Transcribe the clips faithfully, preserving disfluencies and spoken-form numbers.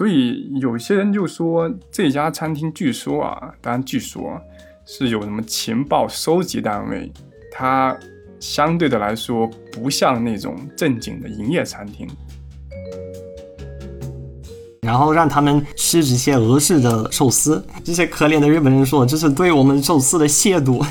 所以有些人就说这家餐厅据说啊，当然据说是有什么情报收集单位，它相对的来说不像那种正经的营业餐厅。 然后让他们吃这些俄式的寿司，这些可怜的日本人说这是对我们寿司的亵渎。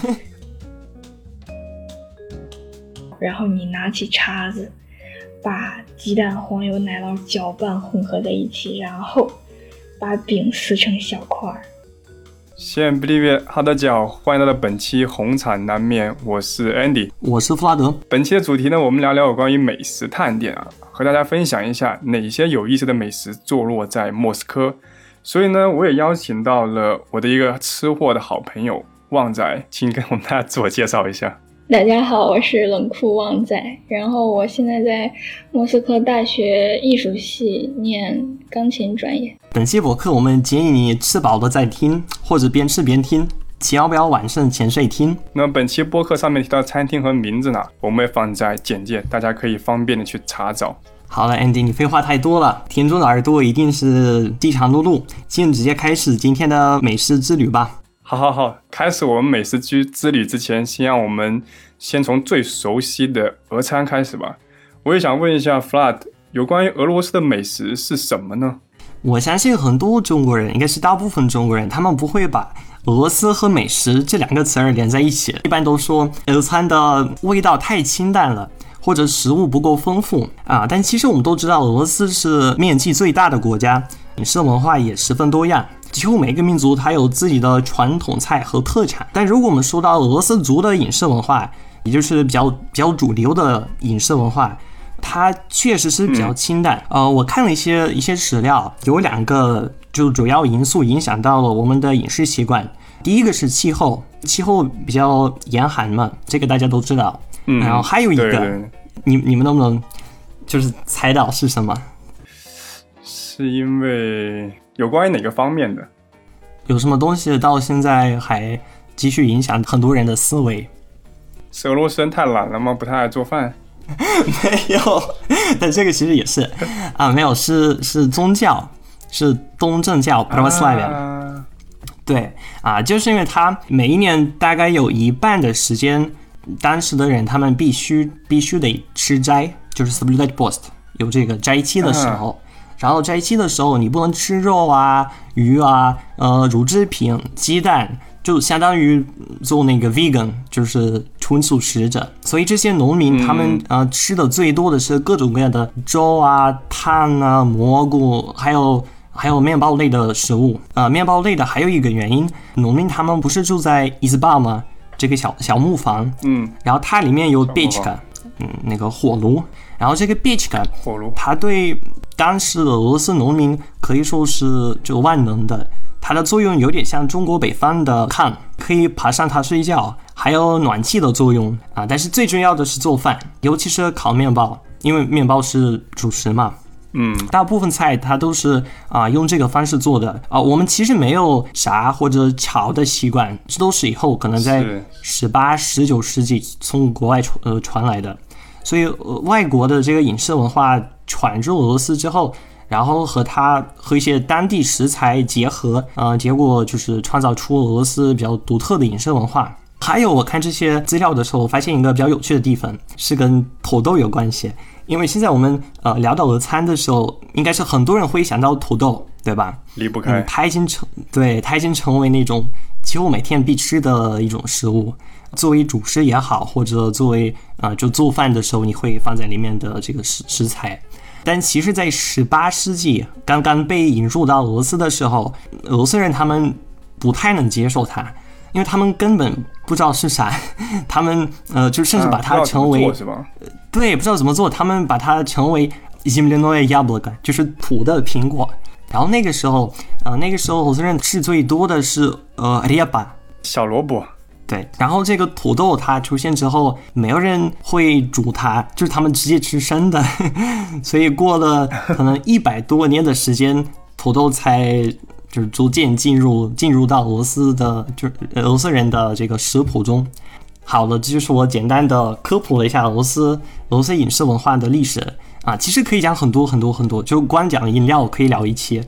然后你拿起叉子，把鸡蛋、黄油、奶酪搅拌混合在一起，然后把饼撕成小块。 先不列好的脚，欢迎来到本期红产南面，我是 Andy， 我是弗拉德。 本期的主题呢，我们聊聊有关于美食探店啊，和大家分享一下哪些有意思的美食坐落在莫斯科。所以呢，我也邀请到了我的一个吃货的好朋友旺仔，请跟我们大家自我介绍一下。 大家好，我是冷酷旺仔，然后我现在在莫斯科大学艺术系念钢琴专业。 本期博客我们建议你吃饱了再听，或者边吃边听，千万不要晚上潜水听。 那本期播客上面提到餐厅和名字呢，我们会放在简介，大家可以方便的去查找。 好了 Andy， 你废话太多了，听众的耳朵一定是饥肠辘辘，请直接开始今天的美食之旅吧。 好好好，开始我们美食之旅之前，先让我们先从最熟悉的俄餐开始吧。我也想问一下 Vlad， 有关于俄罗斯的美食是什么呢？ 我相信很多中国人，应该是大部分中国人，他们不会把俄罗斯和美食这两个词儿连在一起，一般都说俄餐的味道太清淡了，或者食物不够丰富啊。但其实我们都知道，俄罗斯是面积最大的国家，饮食文化也十分多样，几乎每个民族它有自己的传统菜和特产。但如果我们说到俄罗斯族的饮食文化，也就是比较比较主流的饮食文化，它确实是比较清淡。嗯、呃，我看了一些一些史料，有两个就主要因素影响到了我们的饮食习惯。第一个是气候，气候比较严寒嘛，这个大家都知道。嗯，然后还有一个， 对对你你们能不能就是猜到是什么？ 是因为有关于哪个方面的？ 有什么东西到现在还继续影响很多人的思维？ 是俄罗斯人太懒了吗？不太爱做饭？ 没有，但这个其实也是啊，没有，是是宗教，是东正教 Pravoslavia、啊、对啊，就是因为他每一年大概有一半的时间，当时的人他们必须必须得吃斋，就是 soblюдать пост， 有这个斋期的时候。啊，然后斋期的时候你不能吃肉啊、鱼啊、呃乳制品、鸡蛋，就相当于做那个 vegan， 就是纯素食者。所以这些农民他们、嗯、呃吃的最多的是各种各样的粥啊、汤啊、蘑菇，还有还有面包类的食物。呃，面包类的还有一个原因，农民他们不是住在izba吗？这个小小木房，嗯，然后它里面有 pechka， 嗯，那个火炉。然后这个 pechka， 火炉， 它对当时的俄罗斯农民可以说是就万能的，它的作用有点像中国北方的炕，可以爬上它睡觉，还有暖气的作用啊。但是最重要的是做饭，尤其是烤面包，因为面包是主食嘛。嗯，大部分菜它都是啊用这个方式做的啊。我们其实没有炸或者炒的习惯，这都是以后可能在十八、十九世纪从国外呃传来的。所以、呃、外国的这个饮食文化传入俄罗斯之后，然后和它和一些当地食材结合，呃，结果就是创造出俄罗斯比较独特的饮食文化。还有我看这些资料的时候，我发现一个比较有趣的地方，是跟土豆有关系。因为现在我们呃聊到俄餐的时候，应该是很多人会想到土豆，对吧？ 离不开。 嗯、它已经成对，它已经成为那种几乎每天必吃的一种食物。作为主食也好，或者作为呃就做饭的时候你会放在里面的这个食食材。但其实在十八世纪刚刚被引入到俄罗斯的时候，俄罗斯人他们不太能接受它，因为他们根本不知道是啥，他们呃就甚至把它成为、 啊、不知道怎么做是吧？ 对，不知道怎么做，他们把它成为 земляное яблоко， 就是土的苹果。然后那个时候呃那个时候俄罗斯人吃最多的是呃 репа， 小萝卜。 对，然后这个土豆它出现之后，没有人会煮它，就是他们直接吃生的，所以过了可能一百多年的时间，土豆才就是逐渐进入进入到俄罗斯的，就是俄罗斯人的这个食谱中。好了，这就是我简单的科普了一下俄罗斯俄罗斯饮食文化的历史啊，其实可以讲很多很多很多，就光讲饮料可以聊一期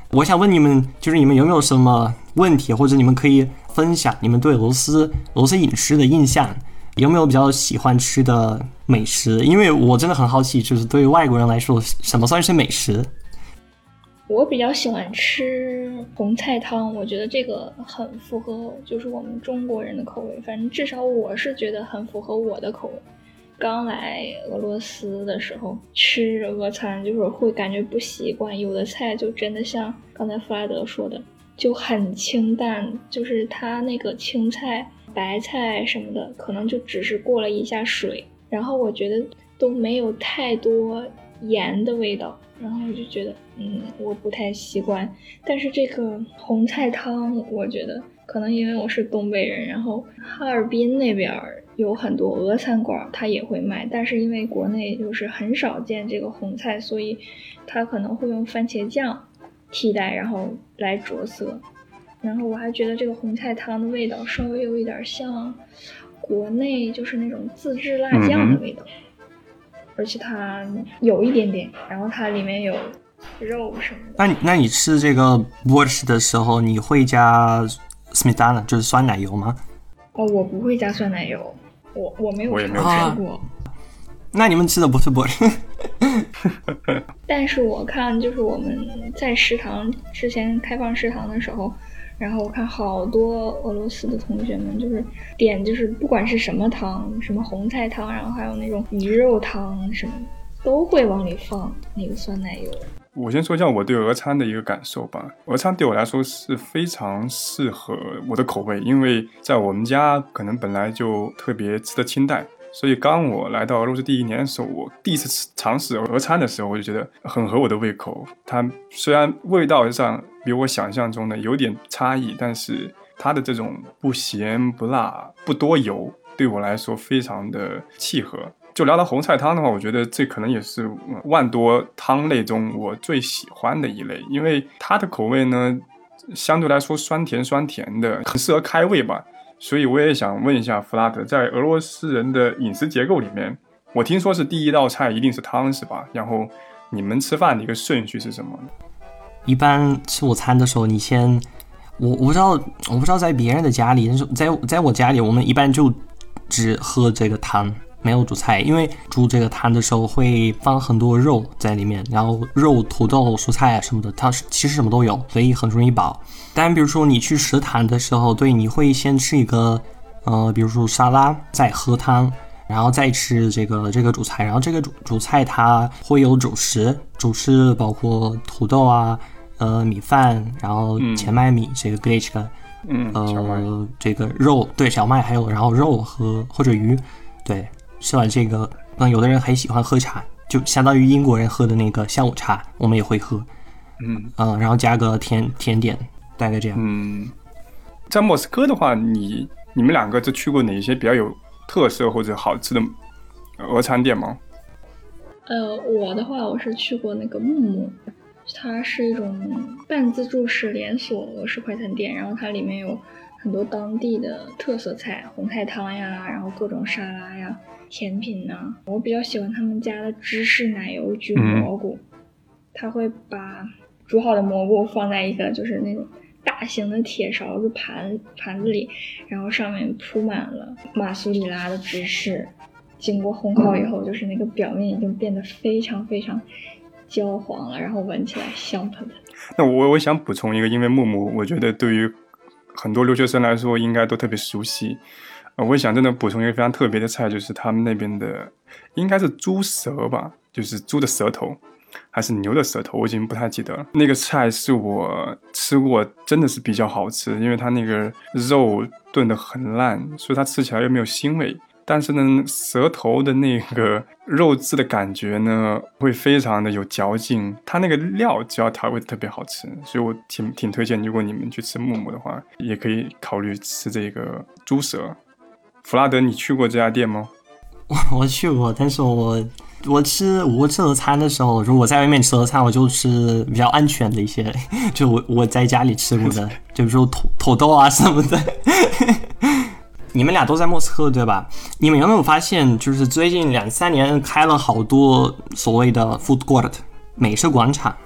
我想问你们，就是你们有没有什么问题，或者你们可以分享你们对俄罗斯俄罗斯饮食的印象，有没有比较喜欢吃的美食？因为我真的很好奇，就是对于外国人来说，什么算是美食？ 我比较喜欢吃红菜汤，我觉得这个很符合就是我们中国人的口味，反正至少我是觉得很符合我的口味。刚来俄罗斯的时候吃俄餐就是会感觉不习惯，有的菜就真的像刚才弗拉德说的就很清淡，就是它那个青菜白菜什么的可能就只是过了一下水，然后我觉得都没有太多盐的味道，然后我就觉得嗯我不太习惯。但是这个红菜汤我觉得可能因为我是东北人，然后哈尔滨那边有很多俄餐馆它也会卖，但是因为国内就是很少见这个红菜，所以它可能会用番茄酱替代然后来着色。然后我还觉得这个红菜汤的味道稍微有一点像国内就是那种自制辣酱的味道、嗯、而且它有一点点，然后它里面有肉什么的。 那你那你吃这个 borsch 的时候你会加 smetana 就是酸奶油吗？ 哦，我不会加酸奶油，我我没有我也没有吃过、啊、 那你们吃的不是 borsch 但是我看就是我们在食堂之前开放食堂的时候，然后我看好多俄罗斯的同学们就是点就是不管是什么汤，什么红菜汤，然后还有那种鱼肉汤什么都会往里放那个酸奶油。 我先说一下我对俄餐的一个感受吧。俄餐对我来说是非常适合我的口味，因为在我们家可能本来就特别吃得清淡，所以刚我来到俄罗斯第一年的时候，我第一次尝试俄餐的时候，我就觉得很合我的胃口。它虽然味道上比我想象中的有点差异，但是它的这种不咸不辣不多油对我来说非常的契合。就聊到红菜汤的话，我觉得这可能也是万多汤类中我最喜欢的一类，因为它的口味呢相对来说酸甜酸甜的，很适合开胃吧。所以我也想问一下弗拉德，在俄罗斯人的饮食结构里面，我听说是第一道菜一定是汤是吧？然后你们吃饭的一个顺序是什么呢？ 一般吃午餐的时候你先我我不知道我不知道在别人的家里，但是在在我家里我们一般就只喝这个汤，没有煮菜，因为煮这个汤的时候会放很多肉在里面，然后肉土豆蔬菜啊什么的，它其实什么都有，所以很容易饱。但比如说你去食堂的时候，对，你会先吃一个呃比如说沙拉，再喝汤，然后再吃这个这个主菜，然后这个主主菜它会有主食，主食包括土豆啊呃米饭，然后前麦米、嗯、这个 grechka 嗯呃这个肉，对，小麦，还有然后肉和或者鱼，对，吃完这个，嗯，有的人还喜欢喝茶，就相当于英国人喝的那个下午茶，我们也会喝， 嗯嗯，然后加个甜甜点，大概这样。 嗯，在莫斯科的话，你你们两个就去过哪些比较有特色或者好吃的俄餐店吗？ 呃，我的话，我是去过那个木木，它是一种半自助式连锁俄式快餐店，然后它里面有很多当地的特色菜，红菜汤呀，然后各种沙拉呀，甜品呐。我比较喜欢他们家的芝士奶油焗蘑菇，嗯、他会把煮好的蘑菇放在一个就是那种大型的铁勺子盘盘子里，然后上面铺满了马苏里拉的芝士，经过烘烤以后，就是那个表面已经变得非常非常焦黄了，然后闻起来香喷喷。 那我我想补充一个，因为木木我觉得对于很多留学生来说应该都特别熟悉，呃，我想真的补充一个非常特别的菜，就是他们那边的应该是猪舌吧，就是猪的舌头还是牛的舌头，我已经不太记得了。那个菜是我吃过真的是比较好吃，因为它那个肉炖得很烂，所以它吃起来又没有腥味，但是呢舌头的那个肉质的感觉呢会非常的有嚼劲，它那个料只要调味特别好吃，所以我挺挺推荐，如果你们去吃木木的话也可以考虑吃这个猪舌。弗拉德，你去过这家店吗？ 我去过，但是我我吃我吃俄餐的时候，如果在外面吃俄餐，我就吃比较安全的一些，就我我在家里吃过的，就比如说土土豆啊什么的。你们俩都在莫斯科对吧？你们有没有发现，就是最近两三年开了好多所谓的 food court 美食广场，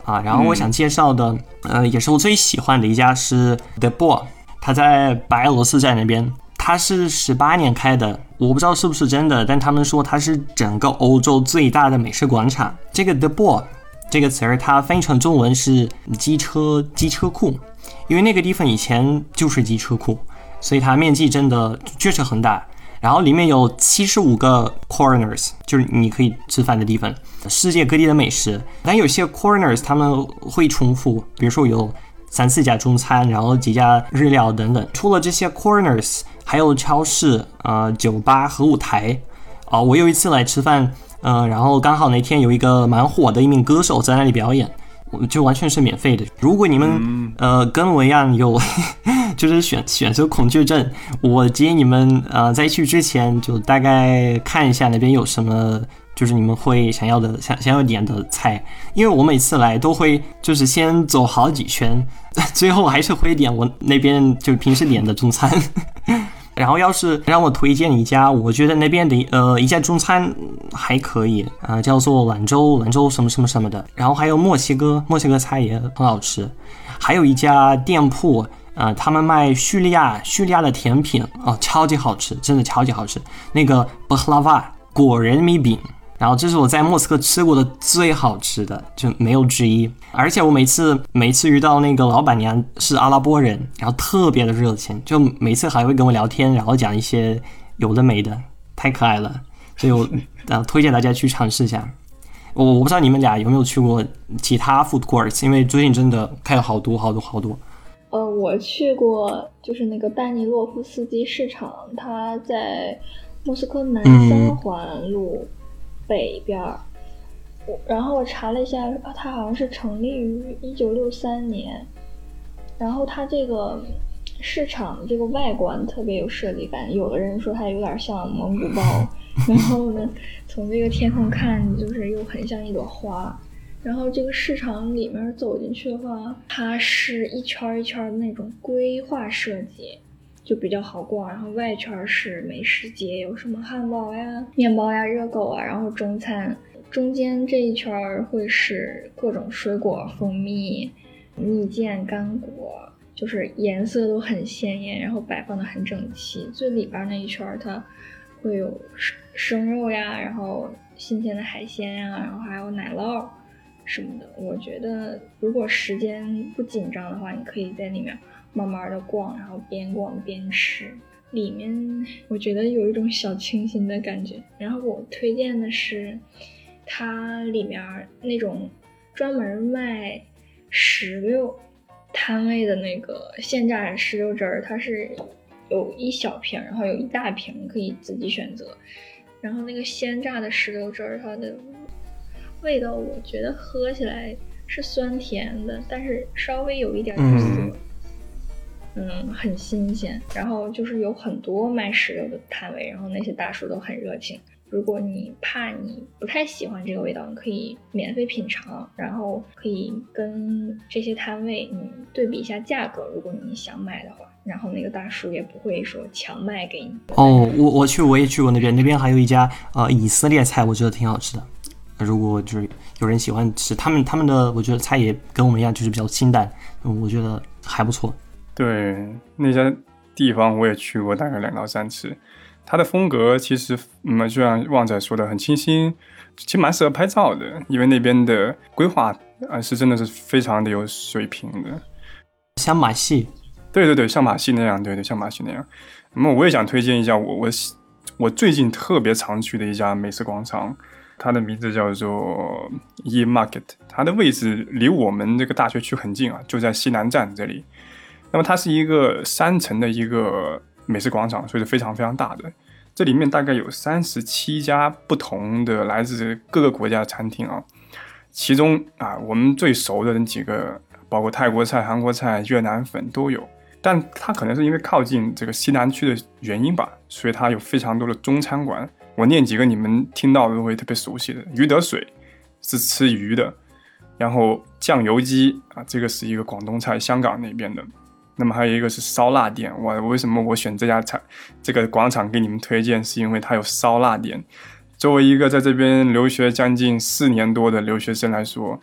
啊。然后我想介绍的，嗯、呃，也是我最喜欢的一家是 The Boar， 它在白俄罗斯站那边，它是十八年开的，我不知道是不是真的，但他们说它是整个欧洲最大的美食广场。这个 The Boar 这个词儿，它翻译成中文是机车机车库，因为那个地方以前就是机车库，所以它面积真的确实很大。然后里面有七十五个 corners， 就是你可以吃饭的地方，世界各地的美食。但有些 corners 他们会重复，比如说有三四家中餐，然后几家日料等等。除了这些 corners， 还有超市、呃酒吧和舞台。啊、呃，我有一次来吃饭，呃，然后刚好那天有一个蛮火的一名歌手在那里表演。就完全是免费的。如果你们呃跟我一样有就是选选择恐惧症，我建议你们呃在去之前就大概看一下那边有什么，就是你们会想要的想想要点的菜。因为我每次来都会就是先走好几圈，最后还是会点我那边就平时点的中餐。然后要是让我推荐一家，我觉得那边的呃一家中餐还可以啊、呃，叫做兰州兰州什么什么什么的。然后还有墨西哥墨西哥菜也很好吃。还有一家店铺，呃，他们卖叙利亚叙利亚的甜品哦，超级好吃，真的超级好吃。那个巴赫拉瓦果仁米饼。然后这是我在莫斯科吃过的最好吃的，就没有之一。而且我每次每次遇到那个老板娘是阿拉伯人，然后特别的热情，就每次还会跟我聊天，然后讲一些有的没的，太可爱了。所以我、呃、推荐大家去尝试一下。我我不知道你们俩有没有去过其他 food courts， 因为最近真的开了好多好多好多。 呃，我去过，就是那个丹尼洛夫斯基市场，它在莫斯科南三环路。嗯北边，然后我查了一下，它好像是成立于一九六三年，然后它这个市场这个外观特别有设计感，有的人说它有点像蒙古包，然后呢，从这个天空看就是又很像一朵花，然后这个市场里面走进去的话，它是一圈一圈的那种规划设计。就比较好逛，然后外圈是美食街，有什么汉堡呀、面包呀、热狗啊，然后中餐，中间这一圈会是各种水果、蜂蜜、蜜饯、干果，就是颜色都很鲜艳，然后摆放的很整齐。最里边那一圈它会有生肉呀，然后新鲜的海鲜呀，然后还有奶酪什么的。我觉得如果时间不紧张的话，你可以在里面慢慢的逛，然后边逛边吃，里面我觉得有一种小清新的感觉。然后我推荐的是它里面那种专门卖石榴摊位的那个现榨石榴汁儿，它是有一小瓶，然后有一大瓶，可以自己选择。然后那个鲜榨的石榴汁儿，它的味道我觉得喝起来是酸甜的，但是稍微有一点点涩。嗯嗯，很新鲜。然后就是有很多卖石榴的摊位，然后那些大叔都很热情。如果你怕你不太喜欢这个味道，你可以免费品尝，然后可以跟这些摊位你对比一下价格，如果你想买的话，然后那个大叔也不会说强卖给你。 哦，我我去我也去过那边，那边还有一家呃以色列菜，我觉得挺好吃的。如果就是有人喜欢吃，他们他们的我觉得菜也跟我们一样，就是比较清淡，嗯，我觉得还不错。 对，那家地方我也去过大概两到三次，它的风格其实嗯，就像旺仔说的很清新，其实蛮适合拍照的，因为那边的规划啊是真的是非常的有水平的， 像马戏。 对对对，像马戏那样，对对，像马戏那样。那么我也想推荐一下我我我最近特别常去的一家美食广场，它的名字叫做 E Market， 它的位置离我们这个大学区很近啊，就在西南站这里。那么它是一个三层的一个美食广场，所以是非常非常大的。这里面大概有三十七家不同的来自各个国家的餐厅啊，其中啊我们最熟的那几个，包括泰国菜、韩国菜、越南粉都有。但它可能是因为靠近这个西南区的原因吧，所以它有非常多的中餐馆。我念几个你们听到都会特别熟悉的，鱼得水是吃鱼的，然后酱油鸡啊，这个是一个广东菜，香港那边的。那么还有一个是烧腊店，我为什么我选这家菜这个广场给你们推荐，是因为它有烧腊店。作为一个在这边留学将近四年多的留学生来说，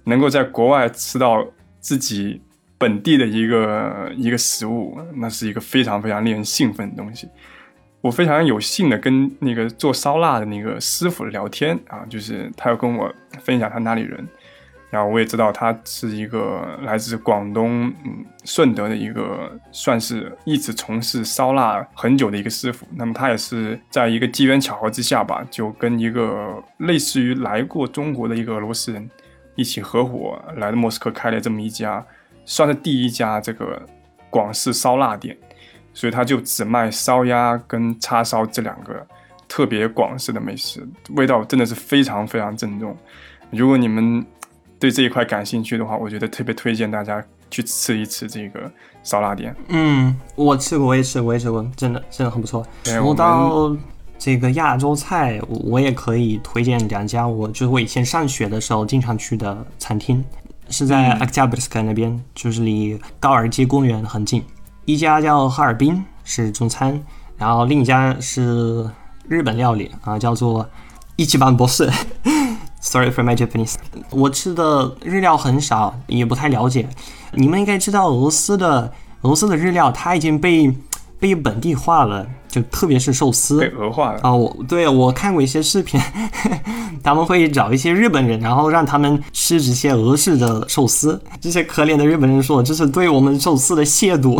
能够在国外吃到自己本地的一个一个食物，那是一个非常非常令人兴奋的东西。我非常有幸的跟那个做烧腊的那个师傅聊天啊，就是他要跟我分享他哪里人，然后我也知道他是一个来自广东嗯顺德的一个算是一直从事烧腊很久的一个师傅。那么他也是在一个机缘巧合之下吧，就跟一个类似于来过中国的一个俄罗斯人一起合伙来到莫斯科开了这么一家算是第一家这个广式烧腊店，所以他就只卖烧鸭跟叉烧这两个特别广式的美食，味道真的是非常非常正宗。如果你们对这一块感兴趣的话，我觉得特别推荐大家去吃一吃这个烧腊店。 嗯，我吃过，我也吃过，我也吃过，真的真的很不错。说到这个亚洲菜，我也可以推荐两家，我就是我以前上学的时候经常去的餐厅，是在 Oktyabrsk 那边、嗯，就是离高尔基公园很近。一家叫哈尔滨，是中餐，然后另一家是日本料理啊，叫做一七班博士。Sorry for my Japanese。我吃的日料很少，也不太了解。你们应该知道，俄罗斯的俄罗斯的日料它已经被被本地化了，就特别是寿司被俄化了啊！我对我看过一些视频，他们会找一些日本人，然后让他们吃这些俄式的寿司。这些可怜的日本人说，这是对我们寿司的亵渎。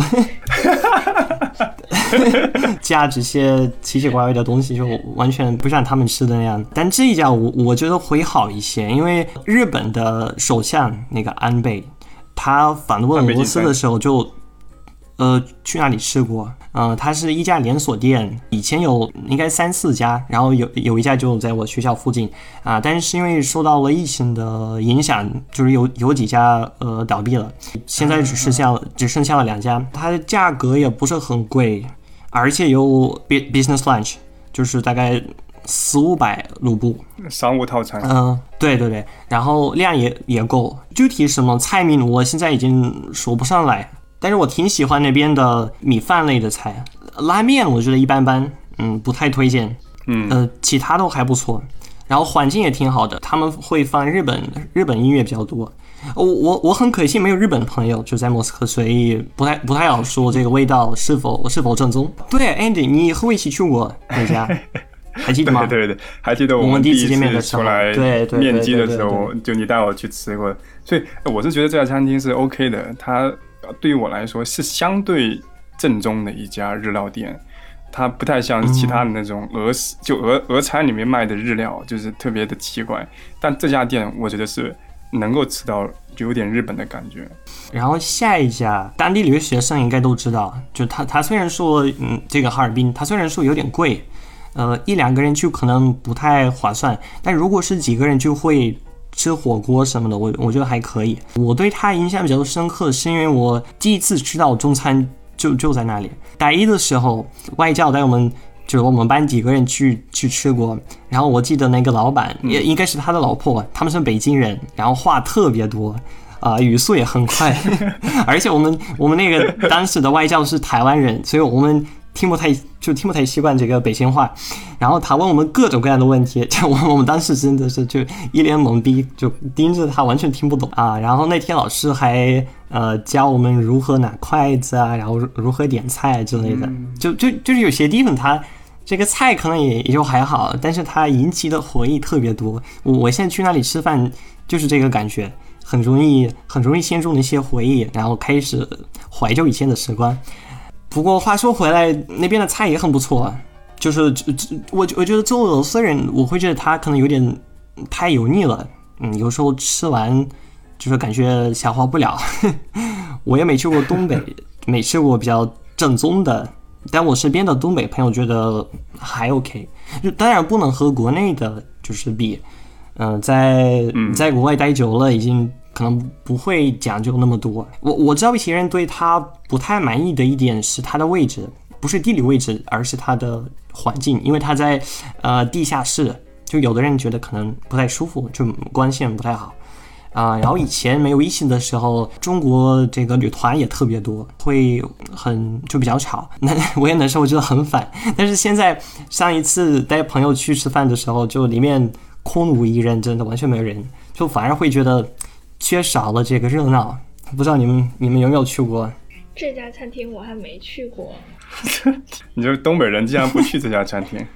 加这些奇奇怪怪的东西，就完全不像他们吃的那样。但这一家我我觉得会好一些，因为日本的首相那个安倍，他访问俄罗斯的时候就呃去那里吃过。呃，它是一家连锁店，以前有应该三四家，然后有有一家就在我学校附近啊、呃，但是因为受到了疫情的影响，就是有有几家呃倒闭了，现在只剩下了只剩下了两家，它的价格也不是很贵，而且有 business lunch， 就是大概四五百卢布商务套餐。 嗯、呃，对对对，然后量也也够，具体什么菜名我现在已经说不上来。但是我挺喜欢那边的米饭类的菜，拉面我觉得一般般，嗯，不太推荐。 嗯， 呃，其他都还不错，然后环境也挺好的，他们会放日本日本音乐比较多。我我我很可惜没有日本朋友就在莫斯科，所以不太不太好说这个味道是否是否正宗。对 ，Andy， 你和我一起去过那家，还记得吗？ 对对对，还记得我们第一次见面的时候，出来面基的时候，就你带我去吃过。所以我是觉得这家餐厅是 OK 的，它对于我来说是相对正宗的一家日料店，它不太像其他的那种俄、嗯、就俄俄餐里面卖的日料，就是特别的奇怪。但这家店我觉得是能够吃到就有点日本的感觉。 然后下一家当地留学生应该都知道，就他他虽然说嗯这个哈尔滨，他虽然说有点贵，呃一两个人去可能不太划算，但如果是几个人就会吃火锅什么的，我我觉得还可以。我对他印象比较深刻，是因为我第一次吃到中餐就就在那里。大一的时候，外教带我们，就是我们班几个人去去吃过。然后我记得那个老板也应该是他的老婆，他们是北京人，然后话特别多，啊、呃，语速也很快。而且我们我们那个当时的外教是台湾人，所以我们听不太就听不太习惯这个北京话，然后他问我们各种各样的问题，就我我们当时真的是就一脸懵逼，就盯着他完全听不懂啊。然后那天老师还呃教我们如何拿筷子啊，然后如何点菜之类的，就就就是有些地方他这个菜可能也也就还好，但是他引起的回忆特别多。我我现在去那里吃饭就是这个感觉，很容易很容易陷入那些回忆，然后开始怀旧以前的时光。不过话说回来，那边的菜也很不错，就是我我觉得做俄罗斯人，我会觉得他可能有点太油腻了，嗯，有时候吃完就是感觉消化不了。我也没去过东北，没吃过比较正宗的，但我身边的东北朋友觉得还 OK， 就当然不能和国内的就是比，嗯、呃，在在国外待久了已经。可能不会讲究那么多。我我知道一些人对他不太满意的一点是他的位置，不是地理位置，而是他的环境，因为他在呃地下室，就有的人觉得可能不太舒服，就光线不太好啊、呃。然后以前没有疫情的时候，中国这个旅团也特别多，会很就比较吵，那我也能说我觉得很烦。但是现在上一次带朋友去吃饭的时候，就里面空无一人，真的完全没有人，就反而会觉得。 缺少了这个热闹。不知道你们你们有没有去过？ 这家餐厅我还没去过。 你这东北人竟然不去这家餐厅？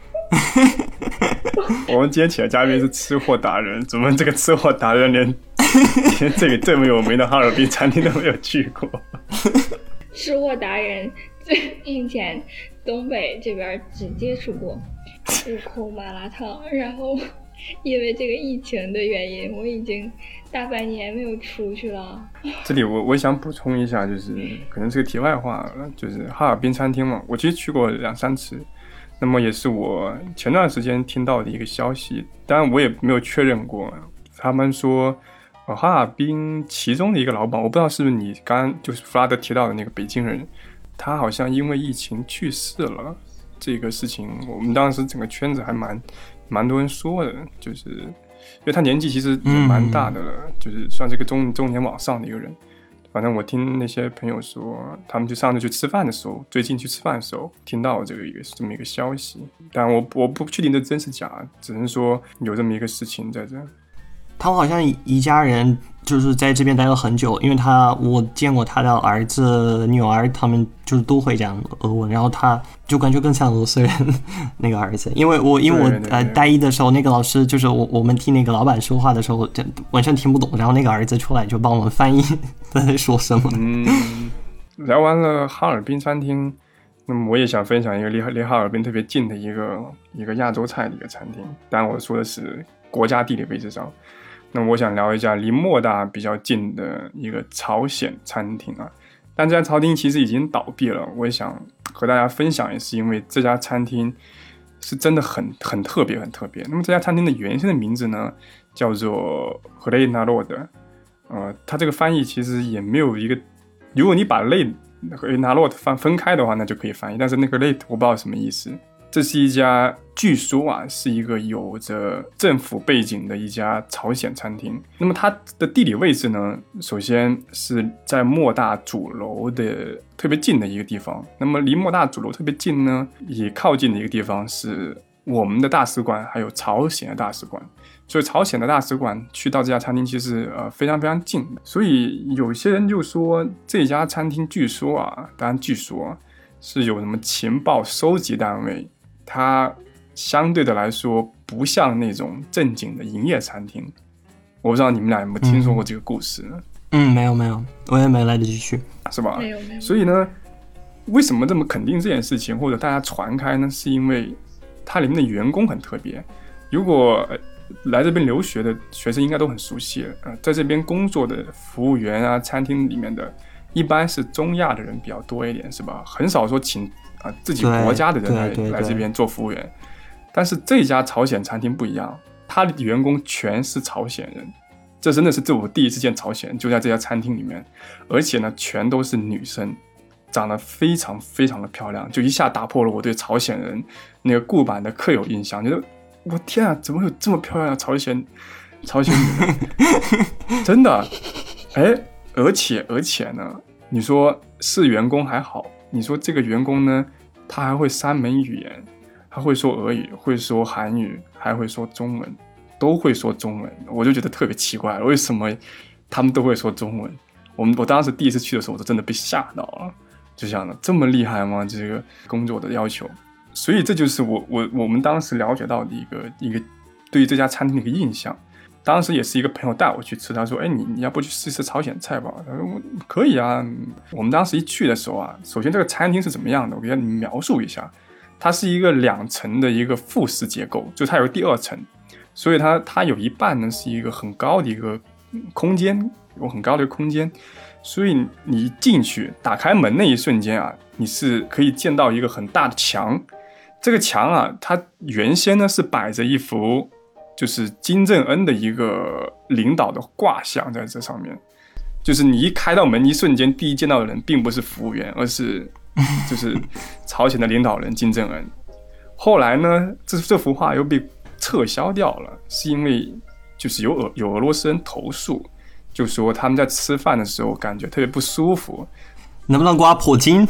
我们今天请的嘉宾是吃货达人，怎么这个吃货达人连连这个这么有名的哈尔滨餐厅都没有去过？ 吃货达人最目前东北这边只接触过入口麻辣烫，然后因为这个疫情的原因，我已经大半年没有出去了。 这里我我想补充一下，就是可能是个题外话了，就是哈尔滨餐厅嘛，我其实去过两三次，那么也是我前段时间听到的一个消息，当然我也没有确认过。他们说，呃，哈尔滨其中的一个老板，我不知道是不是你刚刚就是弗拉德提到的那个北京人，他好像因为疫情去世了。这个事情，我们当时整个圈子还蛮蛮多人说的，就是因为他年纪其实也蛮大的了，嗯、就是算是个中中年往上的一个人。反正我听那些朋友说，他们就上次去吃饭的时候，最近去吃饭的时候听到这个一个这么一个消息，但我我不确定这真是假，只能说有这么一个事情在这。 他好像一家人就是在这边待了很久，因为他我见过他的儿子女儿，他们就是都会讲俄文，然后他就感觉更像俄罗斯人那个儿子，因为我因为我对对对呃大一的时候，那个老师就是我我们听那个老板说话的时候完全听不懂，然后那个儿子出来就帮我们翻译他在说什么。 嗯，聊完了哈尔滨餐厅，那么我也想分享一个离离哈尔滨特别近的一个一个亚洲菜的一个餐厅，当然我说的是国家地理位置上。那我想聊一下离莫大比较近的一个朝鲜餐厅啊，但这家餐厅其实已经倒闭了。我也想和大家分享，也是因为这家餐厅是真的很很特别，很特别。那么这家餐厅的原先的名字呢，叫做 Hrenarod， 呃，它这个翻译其实也没有一个，如果你把 Hrenarod 和 Hrenarod 分分开的话，那就可以翻译，但是那个 Hrenarod 我不知道什么意思。这是一家据说啊是一个有着政府背景的一家朝鲜餐厅。那么它的地理位置呢，首先是在莫大主楼的特别近的一个地方。那么离莫大主楼特别近呢，也靠近的一个地方是我们的大使馆，还有朝鲜的大使馆。所以朝鲜的大使馆去到这家餐厅其实呃非常非常近的。所以有些人就说这家餐厅据说啊，当然据说是有什么情报收集单位。它相对的来说不像那种正经的营业餐厅，我不知道你们俩有没有听说过这个故事呢？ 嗯，没有没有，我也没来得及去， 是吧？ 没有没有。 所以呢，为什么这么肯定这件事情，或者大家传开呢？是因为它里面的员工很特别。如果来这边留学的学生应该都很熟悉了，呃，在这边工作的服务员啊，餐厅里面的一般是中亚的人比较多一点，是吧？很少说请。啊，自己国家的人来来这边做服务员，但是这家朝鲜餐厅不一样，他的员工全是朝鲜人，这真的是这我第一次见朝鲜人，就在这家餐厅里面，而且呢，全都是女生，长得非常非常的漂亮，就一下打破了我对朝鲜人那个固板的刻有印象，觉得我天啊，怎么有这么漂亮的朝鲜朝鲜女人？真的，哎，而且而且呢，你说是员工还好。你说这个员工呢，他还会三门语言，他会说俄语，会说韩语，还会说中文，都会说中文。我就觉得特别奇怪了，为什么他们都会说中文？我们我当时第一次去的时候，我就真的被吓到了，就想着这么厉害吗？这个工作的要求，所以这就是我我我们当时了解到的一个一个对于这家餐厅的一个印象。当时也是一个朋友带我去吃，他说：“哎，你你要不去试试朝鲜菜吧？”他说：“可以啊。”我们当时一去的时候啊，首先这个餐厅是怎么样的？我给你描述一下，它是一个两层的一个复式结构，就它有第二层，所以它它有一半呢是一个很高的一个空间，有很高的一个空间，所以你一进去打开门那一瞬间啊，你是可以见到一个很大的墙，这个墙啊，它原先呢是摆着一幅。就是金正恩的一个领导的卦象在这上面，就是你一开到门一瞬间，第一见到的人并不是服务员，而是就是朝鲜的领导人金正恩。后来呢，这这幅画又被撤销掉了，是因为就是有俄有俄罗斯人投诉，就说他们在吃饭的时候感觉特别不舒服， 能不能刮普京？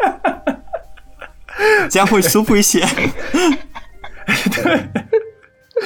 这样会舒服一些。 对。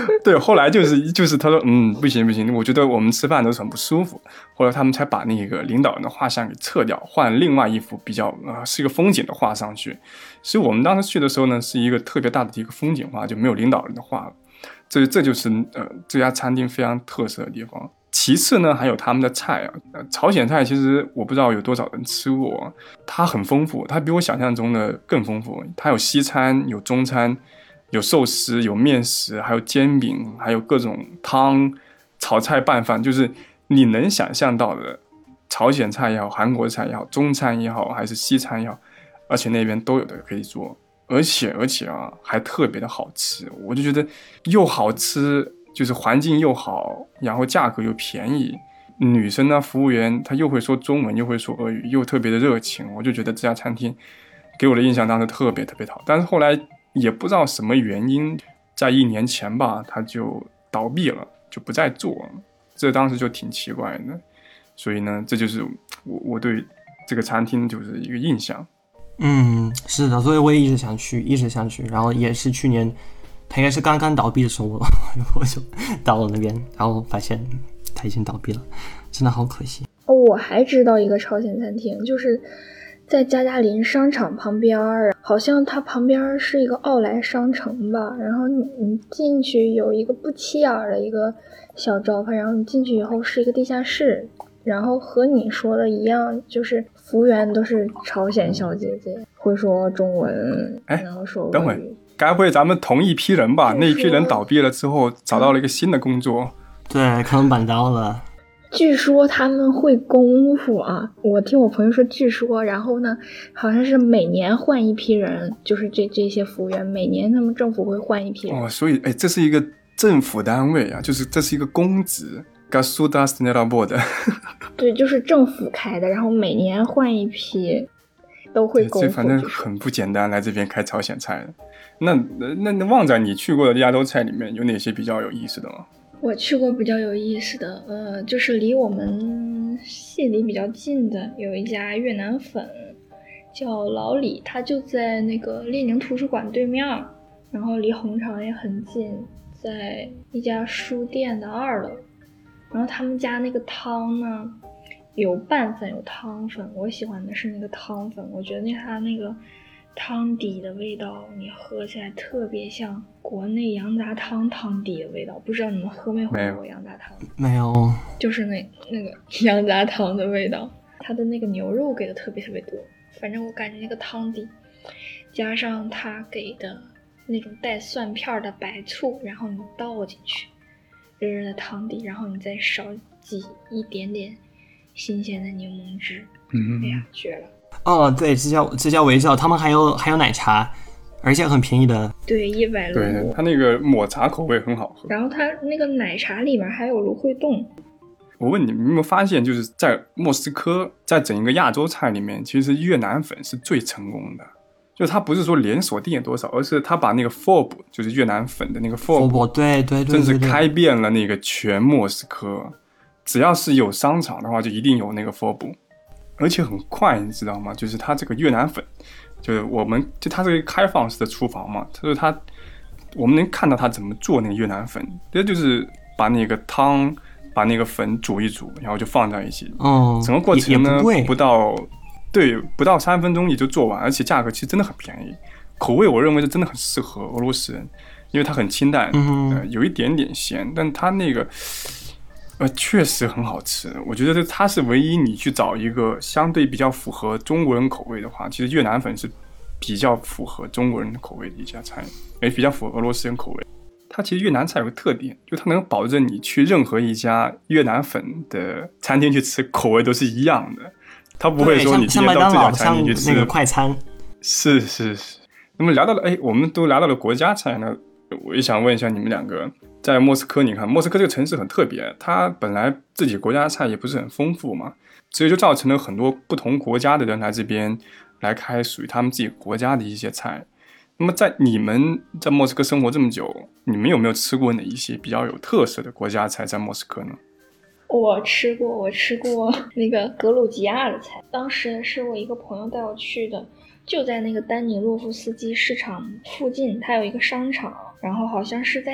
对，后来就是就是他说嗯不行不行，我觉得我们吃饭都是很不舒服，后来他们才把那个领导人的画像给撤掉，换另外一幅比较呃是一个风景的画上去。所以我们当时去的时候呢，是一个特别大的一个风景画，就没有领导人的画了。这这就是呃这家餐厅非常特色的地方。其次呢，还有他们的菜啊，呃朝鲜菜其实我不知道有多少人吃过，它很丰富，它比我想象中的更丰富。它有西餐，有中餐，有寿司，有面食，还有煎饼，还有各种汤、炒菜、拌饭，就是你能想象到的朝鲜菜也好，韩国菜也好，中餐也好，还是西餐也好，而且那边都有的可以做，而且而且啊，还特别的好吃，我就觉得又好吃。就是环境又好，然后价格又便宜，女生呢，服务员她又会说中文，又会说俄语，又特别的热情，我就觉得这家餐厅给我的印象当时特别特别好。但是后来也不知道什么原因，在一年前吧，它就倒闭了，就不再做了，这当时就挺奇怪的。所以呢，这就是我我对这个餐厅就是一个印象。 嗯，是的，所以我也一直想去，一直想去，然后也是去年。他应该是刚刚倒闭的时候，我我就到了那边，然后发现他已经倒闭了，真的好可惜。 哦，我还知道一个朝鲜餐厅，就是在加加林商场旁边，好像它旁边是一个奥莱商城吧。然后你你进去有一个不起眼的一个小招牌，然后你进去以后是一个地下室，然后和你说的一样，就是服务员都是朝鲜小姐姐，会说中文，然后说俄语。 等会。该不会咱们同一批人吧？那一批人倒闭了之后，找到了一个新的工作。 对，可能搬到了。 据说他们会功夫啊，我听我朋友说，据说，然后呢，好像是每年换一批人，就是这这些服务员，每年他们政府会换一批人。 哦，所以哎，这是一个政府单位啊，就是这是一个公职。Gasudarstveneraboda 对，就是政府开的，然后每年换一批。都会功夫， 这反正很不简单，来这边开朝鲜菜的。那那那旺仔，你去过的亚洲菜里面有哪些比较有意思的吗？ 我去过比较有意思的，呃，就是离我们系里比较近的有一家越南粉，叫老李，它就在那个列宁图书馆对面，然后离红场也很近，在一家书店的二楼。然后他们家那个汤呢？有拌粉有汤粉，我喜欢的是那个汤粉，我觉得它那个汤底的味道你喝起来特别像国内羊杂汤汤底的味道，不知道你们喝没喝过羊杂汤？ 没有， 就是那那个羊杂汤的味道，它的那个牛肉给的特别特别多，反正我感觉那个汤底加上它给的那种带蒜片的白醋，然后你倒进去热热的汤底，然后你再少挤一点点新鲜的柠檬汁， 嗯， 哎呀，绝了！ 哦，对，这家这家我也知道，他们还有还有奶茶，而且很便宜的。 对，一百卢。 对，它那个抹茶口味很好喝。 然后它那个奶茶里面还有芦荟冻。 我问你，你有没有发现，就是在莫斯科，在整一个亚洲菜里面，其实越南粉是最成功的。就它不是说连锁店有多少，而是它把那个 F O B 就是越南粉的那个 F O B， 对对对， 真是开遍了那个全莫斯科。只要是有商场的话，就一定有那个 F O B， 而且很快，你知道吗？就是它这个越南粉，就是我们就它这个开放式的厨房嘛，就是它我们能看到它怎么做那个越南粉，这就是把那个汤把那个粉煮一煮，然后就放在一起。 哦， 整个过程呢不, 不到对不到三分钟也就做完，而且价格其实真的很便宜，口味我认为是真的很适合俄罗斯人，因为它很清淡， 嗯呃，有一点点咸，但它那个。呃，确实很好吃。我觉得它是唯一你去找一个相对比较符合中国人口味的话，其实越南粉是比较符合中国人的口味的一家菜，也比较符合俄罗斯人口味。它其实越南菜有个特点，就它能保证你去任何一家越南粉的餐厅去吃，口味都是一样的。它不会说你今天到这家餐厅去吃那个快餐。 是是是。那么聊到了，哎，我们都聊到了国家菜呢，我也想问一下你们两个。在莫斯科，你看莫斯科这个城市很特别，它本来自己国家菜也不是很丰富嘛，所以就造成了很多不同国家的人来这边来开属于他们自己国家的一些菜。那么在你们在莫斯科生活这么久，你们有没有吃过哪一些比较有特色的国家菜在莫斯科呢？ 我吃过，我吃过那个格鲁吉亚的菜，当时是我一个朋友带我去的，就在那个丹尼洛夫斯基市场附近，它有一个商场，然后好像是在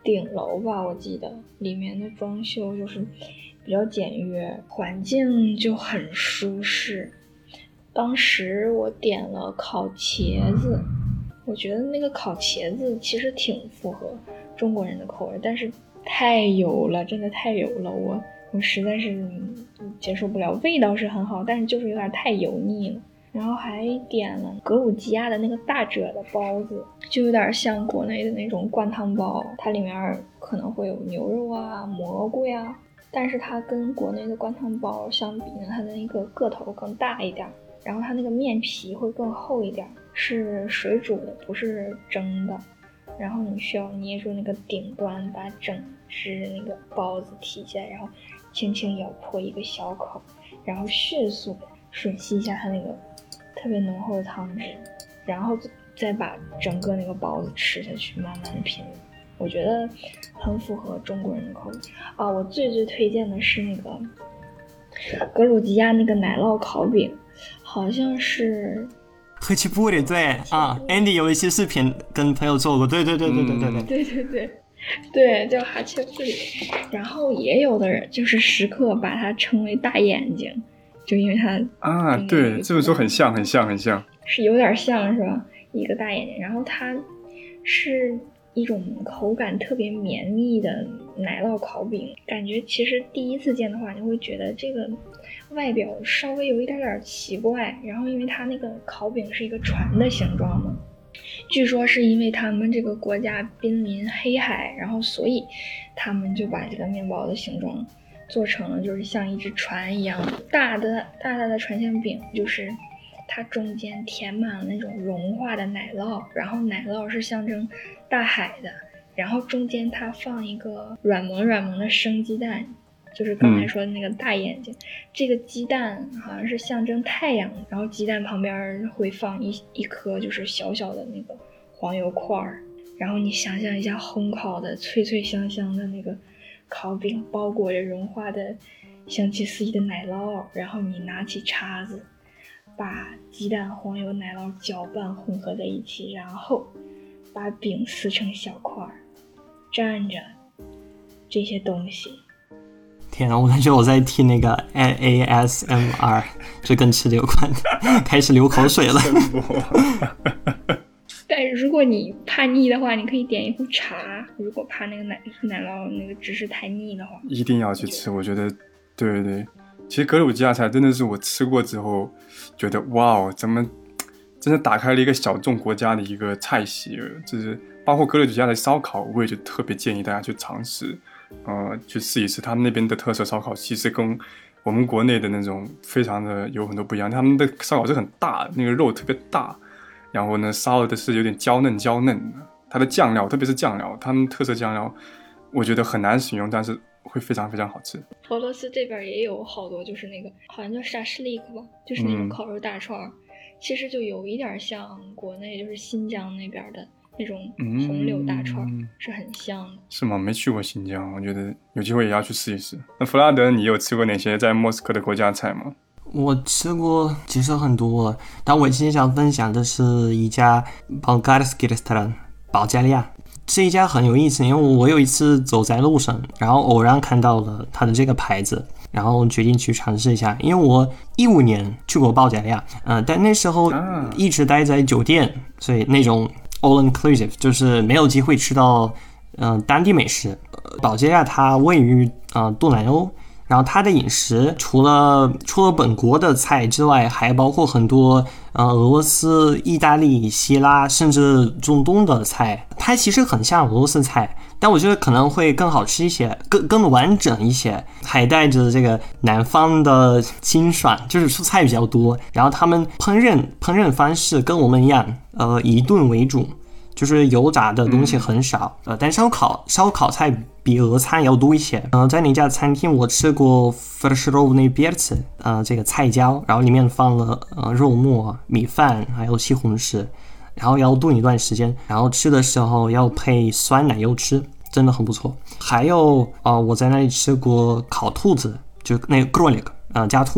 顶楼吧，我记得里面的装修就是比较简约，环境就很舒适。当时我点了烤茄子，我觉得那个烤茄子其实挺符合中国人的口味，但是太油了，真的太油了，我我实在是接受不了。味道是很好，但是就是有点太油腻了。然后还点了格鲁吉亚的那个大褶的包子，就有点像国内的那种灌汤包，它里面可能会有牛肉啊、蘑菇呀、啊，但是它跟国内的灌汤包相比呢，它的那个个头更大一点，然后它那个面皮会更厚一点，是水煮的，不是蒸的。然后你需要捏住那个顶端，把整只那个包子提起来，然后轻轻咬破一个小口，然后迅速吮吸一下它那个特别浓厚的汤汁，然后再把整个那个包子吃下去，慢慢的品。我觉得很符合中国人的口味啊！我最最推荐的是那个格鲁吉亚那个奶酪烤饼，好像是黑奇布里，对啊 ，Andy 有一期视频跟朋友做过，对对对对对对对对对对对，叫哈切布里。然后也有的人就是时刻把它称为大眼睛。就因为它啊，对，这么说很像，很像，很像， 是有点像，是吧？一个大眼睛，然后它是一种口感特别绵密的奶酪烤饼，感觉其实第一次见的话，你会觉得这个外表稍微有一点点奇怪，然后因为它那个烤饼是一个船的形状嘛，据说是因为他们这个国家濒临黑海，然后所以他们就把这个面包的形状做成了就是像一只船一样大的大大的船馅饼，就是它中间填满了那种融化的奶酪，然后奶酪是象征大海的，然后中间它放一个软萌软萌的生鸡蛋，就是刚才说的那个大眼睛、嗯、这个鸡蛋好像是象征太阳，然后鸡蛋旁边会放一一颗就是小小的那个黄油块，然后你想象一下烘烤的脆脆香香的那个烤饼包裹着融化的香气四溢的奶酪，然后你拿起叉子把鸡蛋黄油奶酪搅拌混合在一起，然后把饼撕成小块，蘸着这些东西。 天啊，我感觉我在听那个 A S M R， 这跟吃的有关的，开始流口水了。 但是如果你怕腻的话，你可以点一壶茶，如果怕那个奶奶酪那个芝士太腻的话， 一定要去吃。我觉得对对对，其实格鲁吉亚菜真的是我吃过之后觉得哇，怎么真的打开了一个小众国家的一个菜系，就是包括格鲁吉亚的烧烤，我也就特别建议大家去尝试，呃，去试一试他们那边的特色烧烤，其实跟我们国内的那种非常的有很多不一样。他们的烧烤是很大，那个肉特别大，然后呢烧的是有点娇嫩娇嫩的，它的酱料特别是酱料，他们特色酱料我觉得很难使用，但是会非常非常好吃。 俄罗斯这边也有好多就是那个好像叫沙士利克吧，就是那种烤肉大串、嗯、其实就有一点像国内就是新疆那边的那种红柳大串、嗯、是很像的。 是吗？没去过新疆，我觉得有机会也要去试一试。那弗拉德，你有吃过哪些在莫斯科的国家菜吗？ 我吃过其实很多，但我今天想分享的是一家 Bulgarski Restaurant 保加利亚。这一家很有意思，因为我有一次走在路上，然后偶然看到了它的这个牌子，然后决定去尝试一下。因为我一五年去过保加利亚，呃，但那时候一直待在酒店，所以那种 all inclusive 就是没有机会吃到呃当地美食。呃、保加利亚它位于呃东南欧。然后它的饮食除了除了本国的菜之外，还包括很多呃俄罗斯、意大利、希腊甚至中东的菜。它其实很像俄罗斯菜，但我觉得可能会更好吃一些，更更完整一些，还带着这个南方的清爽，就是蔬菜比较多。然后他们烹饪烹饪方式跟我们一样，呃以炖为主，就是油炸的东西很少，呃，但烧烤烧烤菜比俄餐要多一些。呃，在那家餐厅我吃过 farshirovanny perцы， 呃，这个菜椒，然后里面放了呃肉末、米饭还有西红柿，然后要炖一段时间，然后吃的时候要配酸奶油吃，真的很不错。还有呃，我在那里吃过烤兔子，就那个 krolik， 呃，加兔。它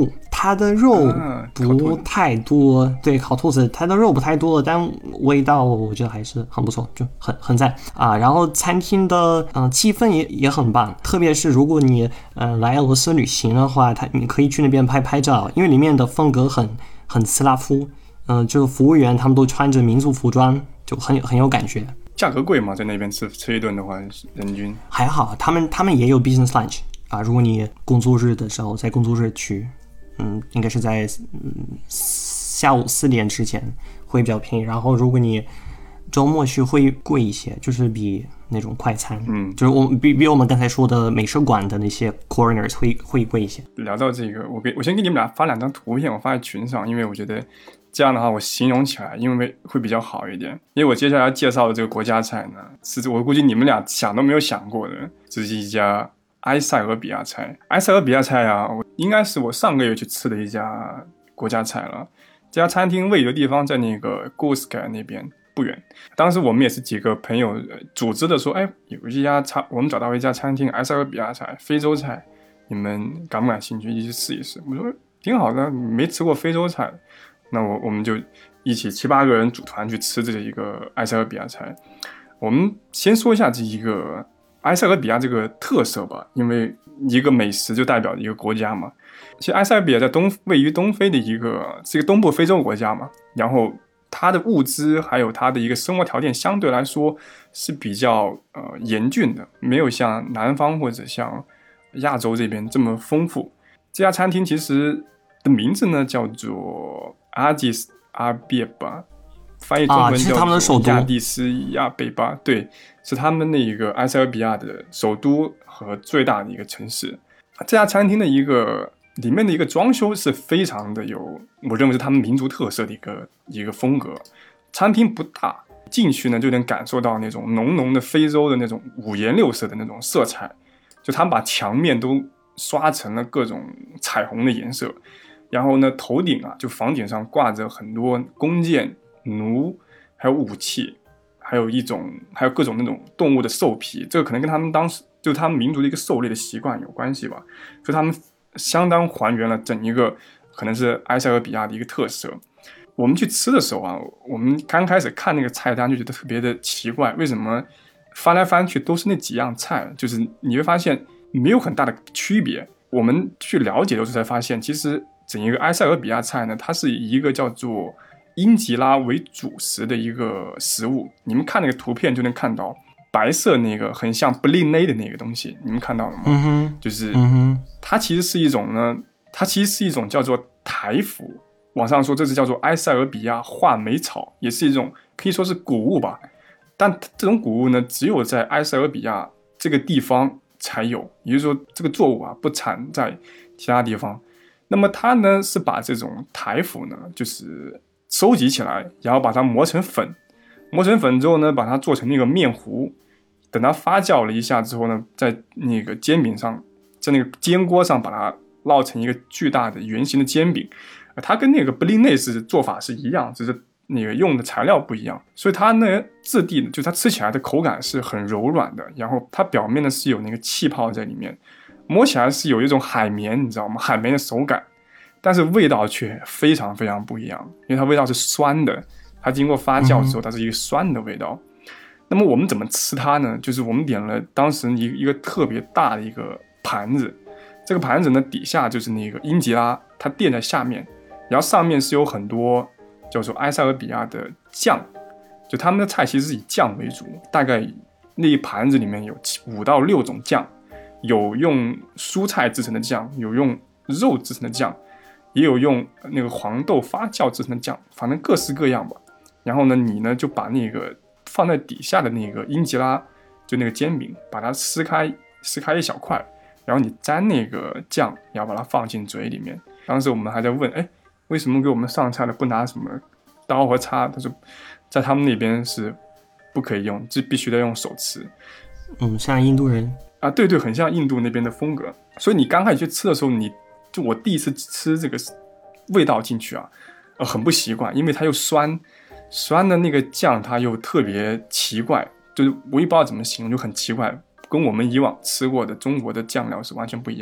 它的肉不太多，啊、对，烤兔子它的肉不太多，但味道我觉得还是很不错，就很很赞啊。然后餐厅的嗯、呃、气氛也也很棒，特别是如果你呃来俄罗斯旅行的话，它你可以去那边拍拍照，因为里面的风格很很斯拉夫，嗯、呃，就服务员他们都穿着民族服装，就很很有感觉。 价格贵吗？在那边吃吃一顿的话，人均还好，他们他们也有 business lunch 啊，如果你工作日的时候在工作日去。嗯，应该是在嗯下午四点之前会比较便宜，然后如果你周末去会贵一些，就是比那种快餐，嗯，就是我比比我们刚才说的美食馆的那些 corners 会会贵一些。 聊到这个，我给我先给你们俩发两张图片，我发在群上，因为我觉得这样的话我形容起来，因为会比较好一点。因为我接下来要介绍的这个国家菜呢，是我估计你们俩想都没有想过的，这是一家埃塞俄比亚菜。埃塞俄比亚菜啊，我应该是我上个月去吃的一家国家菜了。这家餐厅位于的地方在那个 Gorsk 那边不远。当时我们也是几个朋友组织的说，哎，有一家餐，我们找到一家餐厅，埃塞俄比亚菜，非洲菜，你们感不感兴趣？一起试一试。我说挺好的，没吃过非洲菜，那我我们就一起七八个人组团去吃这一个埃塞俄比亚菜。我们先说一下这一个埃塞俄比亚这个特色吧，因为一个美食就代表一个国家嘛。其实埃塞俄比亚在东位于东非的一个是一个东部非洲国家嘛，然后它的物资还有它的一个生活条件相对来说是比较呃严峻的，没有像南方或者像亚洲这边这么丰富。这家餐厅其实的名字呢叫做阿基斯阿别巴，翻译中文叫做亚的斯亚贝巴，对，是他们那个埃塞俄比亚的首都和最大的一个城市。这家餐厅的一个里面的一个装修是非常的有，我认为是他们民族特色的一个一个风格。餐厅不大，进去呢就能感受到那种浓浓的非洲的那种五颜六色的那种色彩，就他们把墙面都刷成了各种彩虹的颜色。然后呢，头顶啊，就房顶上挂着很多弓箭、弩，还有武器，还有一种，还有各种那种动物的兽皮。这个可能跟他们当时就是他们民族的一个狩猎的习惯有关系吧。所以他们相当还原了整一个可能是埃塞俄比亚的一个特色。我们去吃的时候啊，我们刚开始看那个菜单就觉得特别的奇怪，为什么翻来翻去都是那几样菜？就是你会发现没有很大的区别。我们去了解的时候才发现，其实整一个埃塞俄比亚菜呢，它是以一个叫做英吉拉为主食的一个食物。你们看那个图片就能看到白色那个很像布利内的那个东西，你们看到了吗？ 嗯哼， 就是、 嗯哼， 它其实是一种呢，它其实是一种叫做台腐。网上说这是叫做埃塞俄比亚话梅草，也是一种可以说是谷物吧。但这种谷物呢，只有在埃塞俄比亚这个地方才有，也就是说这个作物啊不产在其他地方。那么它呢是把这种台腐呢，就是收集起来，然后把它磨成粉，磨成粉之后呢，把它做成那个面糊。等它发酵了一下之后呢，在那个煎饼上，在那个煎锅上把它烙成一个巨大的圆形的煎饼。它跟那个布利内斯做法是一样，只是那个用的材料不一样，所以它呢质地呢，就它吃起来的口感是很柔软的，然后它表面呢是有那个气泡在里面，摸起来是有一种海绵，你知道吗？海绵的手感，但是味道却非常非常不一样，因为它味道是酸的，它经过发酵之后，它是一个酸的味道。嗯、那么我们怎么吃它呢？就是我们点了当时一一个特别大的一个盘子，这个盘子呢底下就是那个英吉拉，它垫在下面。然后上面是有很多叫做埃塞俄比亚的酱，就他们的菜其实是以酱为主，大概那一盘子里面有五到六种酱，有用蔬菜制成的酱，有用肉制成的酱，也有用那个黄豆发酵制成的酱，反正各式各样吧。然后呢，你呢就把那个放在底下的那个英吉拉，就那个煎饼，把它撕开，撕开一小块，然后你沾那个酱，然后把它放进嘴里面。当时我们还在问，哎。为什么给我们上菜的不拿什么刀和叉？他说，在他们那边是不可以用，就必须得用手吃。 嗯，像印度人啊，对对，很像印度那边的风格。所以你刚开始去吃的时候，你就我第一次吃这个味道进去啊，呃，很不习惯，因为它又酸，酸的那个酱它又特别奇怪，就是我也不知道怎么形容，就很奇怪，跟我们以往吃过的中国的酱料是完全不一样的。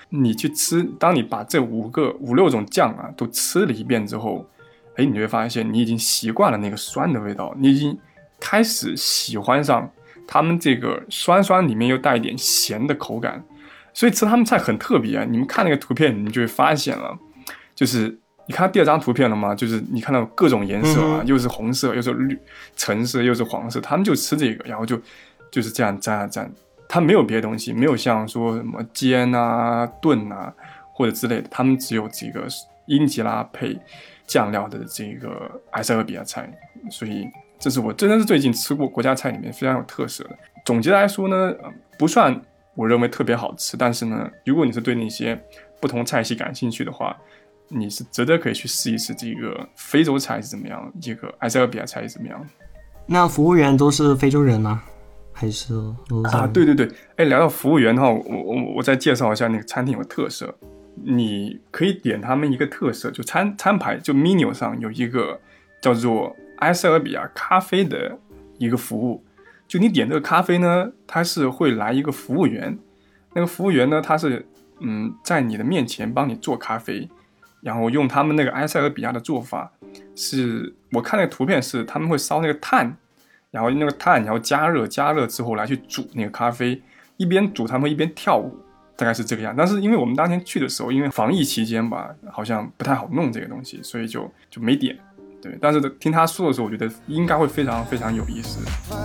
你去吃，当你把这五个五六种酱啊都吃了一遍之后，哎，你会发现你已经习惯了那个酸的味道，你已经开始喜欢上他们这个酸酸里面又带一点咸的口感。所以吃他们菜很特别啊，你们看那个图片你们就会发现了，就是你看第二张图片了吗？就是你看到各种颜色啊，嗯、又是红色又是绿橙色又是黄色，他们就吃这个，然后就就是这样蘸啊蘸，它没有别的东西，没有像说什么煎啊炖啊或者之类的，他们只有这个英吉拉配酱料的这个埃塞俄比亚菜。所以这是我真的是最近吃过国家菜里面非常有特色的。总结来说呢，不算我认为特别好吃，但是呢，如果你是对那些不同菜系感兴趣的话，你是值得可以去试一试这个非洲菜是怎么样，这个埃塞俄比亚菜是怎么样。 那服务员都是非洲人吗？还是啊？对对对，哎，聊到服务员的话，我我我再介绍一下那个餐厅有个特色，你可以点他们一个特色，就餐餐牌就 menu 上有一个叫做埃塞俄比亚咖啡的一个服务。就你点这个咖啡呢，它是会来一个服务员，那个服务员呢，他是嗯在你的面前帮你做咖啡，然后用他们那个埃塞俄比亚的做法，是我看那个图片是他们会烧那个炭，然后那个炭然后加热，加热之后来去煮那个咖啡，一边煮他们会一边跳舞，大概是这个样。但是因为我们当天去的时候，因为防疫期间吧，好像不太好弄这个东西，所以就就没点。对，但是听他说的时候，我觉得应该会非常非常有意思。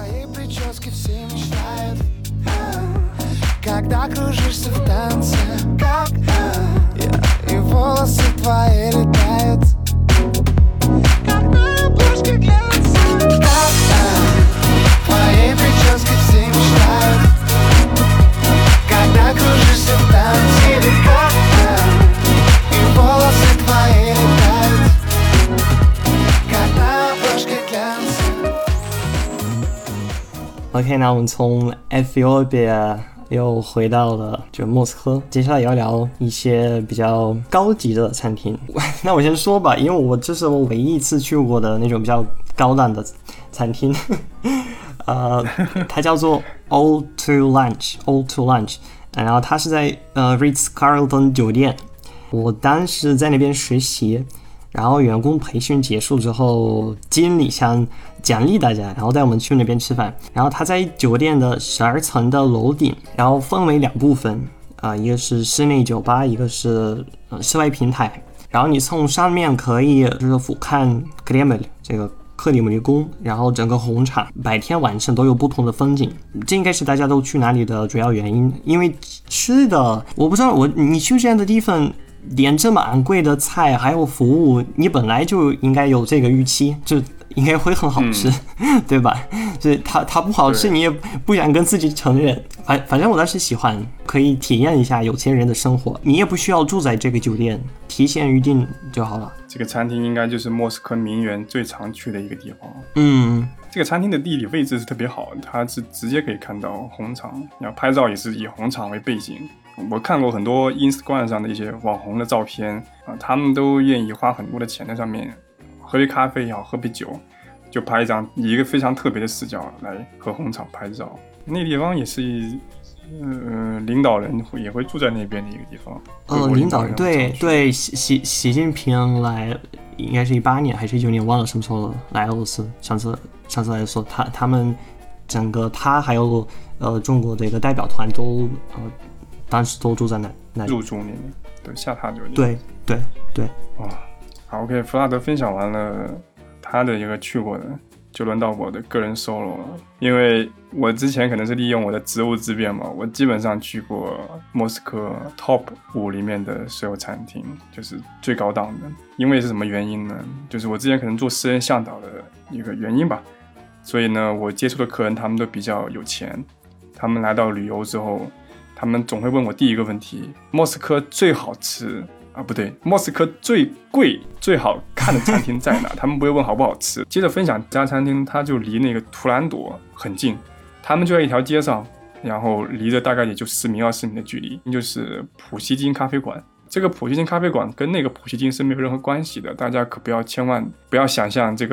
OK， 那我们从 Ethiopia 又回到了就莫斯科，接下来要聊一些比较高级的餐厅。那我先说吧，因为我这是我唯一一次去过的那种比较高档的餐厅，呃，它叫做 All to Lunch，All to Lunch， 然后它是在呃 Ritz Carlton 酒店，我当时在那边实习。然后员工培训结束之后，经理想奖励大家，然后带我们去那边吃饭。然后他在酒店的十二层的楼顶，然后分为两部分，啊、呃，一个是室内酒吧，一个是、呃、室外平台。然后你从上面可以就是俯瞰克里姆林这个克里姆林宫，然后整个红场白天晚上都有不同的风景。这应该是大家都去哪里的主要原因，因为吃的我不知道我你去这样的地方。点这么昂贵的菜还有服务，你本来就应该有这个预期，就应该会很好吃，嗯、对吧？所以它它不好吃，你也不想跟自己承认。反反正我倒是喜欢，可以体验一下有钱人的生活。你也不需要住在这个酒店，提前预定就好了。 这个餐厅应该就是莫斯科名媛最常去的一个地方。 嗯， 这个餐厅的地理位置是特别好，它是直接可以看到红场，然后拍照也是以红场为背景。我看过很多 Instagram 上的一些网红的照片啊，他们都愿意花很多的钱在上面，喝杯咖啡也好，喝杯酒，就拍一张以一个非常特别的视角来和红场拍照。那地方也是，呃，领导人也会住在那边的一个地方。 呃，领导人对对，习习习近平来，应该是一八年还是一九年，忘了什么时候来俄罗斯。上次上次来说，他他们整个他还有呃中国的一个代表团都呃。当时都住在那那入住那边，对，下榻酒店。 对对对。 哇，好 ，OK， 弗拉德分享完了他的一个去过的，就轮到我的个人 solo 了。因为我之前可能是利用我的职务之便嘛，我基本上去过莫斯科 top 五里面的所有餐厅，就是最高档的。因为是什么原因呢？就是我之前可能做私人向导的一个原因吧，所以呢，我接触的客人他们都比较有钱，他们来到旅游之后。他们总会问我第一个问题：莫斯科最好吃啊，不对，莫斯科最贵、最好看的餐厅在哪？他们不会问好不好吃。接着分享这家餐厅，它就离那个图兰朵很近，他们就在一条街上，然后离着大概也就十米、二十米的距离，就是普希金咖啡馆。这个普希金咖啡馆跟那个普希金是没有任何关系的，大家可不要千万不要想象这个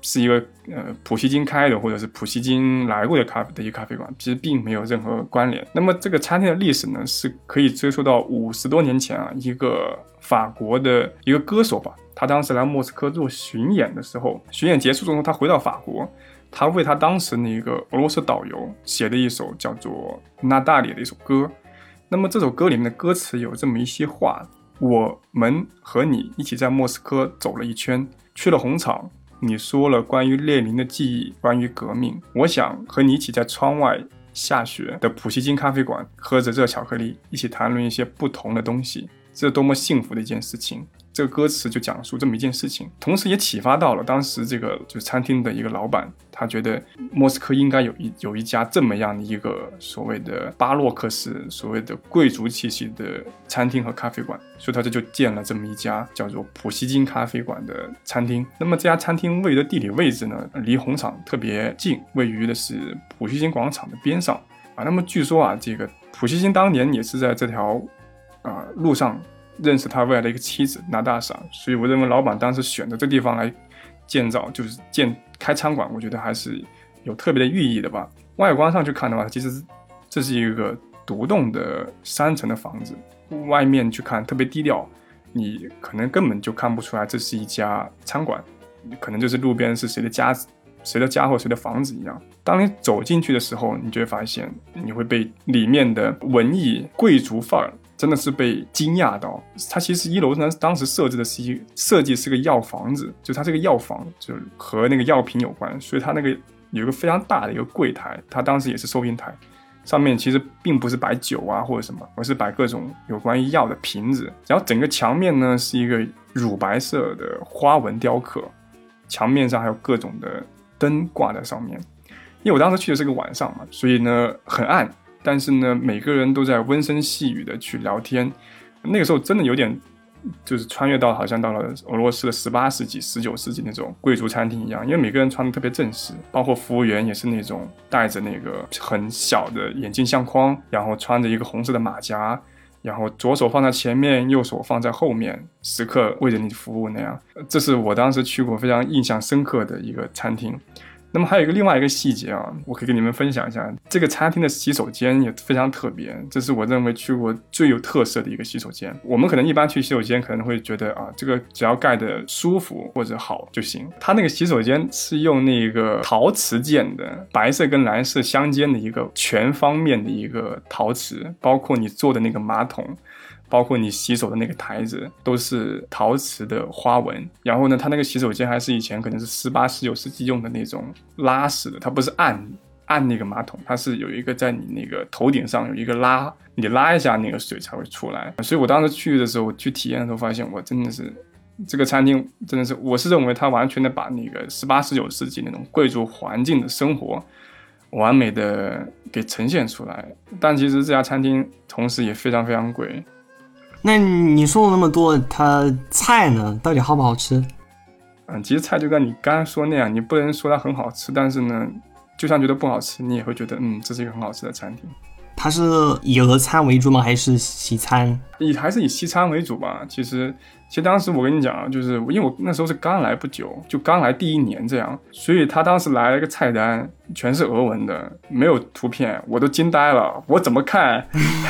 是一个呃普希金开的，或者是普希金来过的咖啡的一个咖啡馆，其实并没有任何关联。那么这个餐厅的历史呢，是可以追溯到五十多年前啊，一个法国的一个歌手吧，他当时来莫斯科做巡演的时候，巡演结束之后，他回到法国，他为他当时那个俄罗斯导游写的一首叫做《纳大里》的一首歌。那么这首歌里面的歌词有这么一些话：我们和你一起在莫斯科走了一圈，去了红场，你说了关于列宁的记忆，关于革命。我想和你一起在窗外下雪的普希金咖啡馆，喝着热巧克力，一起谈论一些不同的东西。这是多么幸福的一件事情。这个歌词就讲述这么一件事情，同时也启发到了当时这个就是餐厅的一个老板，他觉得莫斯科应该有一有一家这么样的一个所谓的巴洛克式、所谓的贵族气息的餐厅和咖啡馆，所以他这就建了这么一家叫做普希金咖啡馆的餐厅。那么这家餐厅位于的地理位置呢，离红场特别近，位于的是普希金广场的边上啊。那么据说啊，这个普希金当年也是在这条啊路上认识他未来的一个妻子娜塔莎，所以我认为老板当时选择这地方来建造，就是建开餐馆，我觉得还是有特别的寓意的吧。外观上去看的话，其实这是一个独栋的三层的房子，外面去看特别低调，你可能根本就看不出来这是一家餐馆，可能就是路边是谁的家谁的家或谁的房子一样。当你走进去的时候，你就会发现你会被里面的文艺贵族范儿真的是被惊讶到。它其实一楼呢，当时设置的是一设计是个药房子，就它这个药房就和那个药品有关，所以它那个有一个非常大的一个柜台，它当时也是收银台，上面其实并不是摆酒啊或者什么，而是摆各种有关于药的瓶子。然后整个墙面呢是一个乳白色的花纹雕刻，墙面上还有各种的灯挂在上面。因为我当时去的是个晚上嘛，所以呢很暗，但是呢每个人都在温声细语的去聊天。那个时候真的有点就是穿越到好像到了俄罗斯的十八世纪十九世纪那种贵族餐厅一样，因为每个人穿的特别正式，包括服务员也是那种戴着那个很小的眼镜相框，然后穿着一个红色的马甲，然后左手放在前面，右手放在后面，时刻为着你服务那样。这是我当时去过非常印象深刻的一个餐厅。那么还有一个另外一个细节啊，我可以跟你们分享一下，这个餐厅的洗手间也非常特别，这是我认为去过最有特色的一个洗手间。我们可能一般去洗手间可能会觉得啊，这个只要盖得舒服或者好就行。它那个洗手间是用那个陶瓷建的，白色跟蓝色相间的一个全方面的一个陶瓷，包括你坐的那个马桶，包括你洗手的那个台子都是陶瓷的花纹。然后呢，它那个洗手间还是以前可能是十八、十九世纪用的那种拉式的，它不是按按那个马桶，它是有一个在你那个头顶上有一个拉，你拉一下那个水才会出来。所以我当时去的时候去体验的时候发现，我真的是这个餐厅真的是，我是认为它完全的把那个十八、十九世纪那种贵族环境的生活完美的给呈现出来。但其实这家餐厅同时也非常非常贵。 那你说了那么多，它菜呢到底好不好吃？ 嗯，其实菜就跟你刚才说那样，你不能说它很好吃，但是呢就算觉得不好吃，你也会觉得嗯，这是一个很好吃的餐厅。 它是以俄餐为主吗？还是西餐？ 以还是以西餐为主吧。其实其实当时我跟你讲啊，就是因为我那时候是刚来不久，就刚来第一年这样，所以他当时来了一个菜单全是俄文的，没有图片，我都惊呆了，我怎么看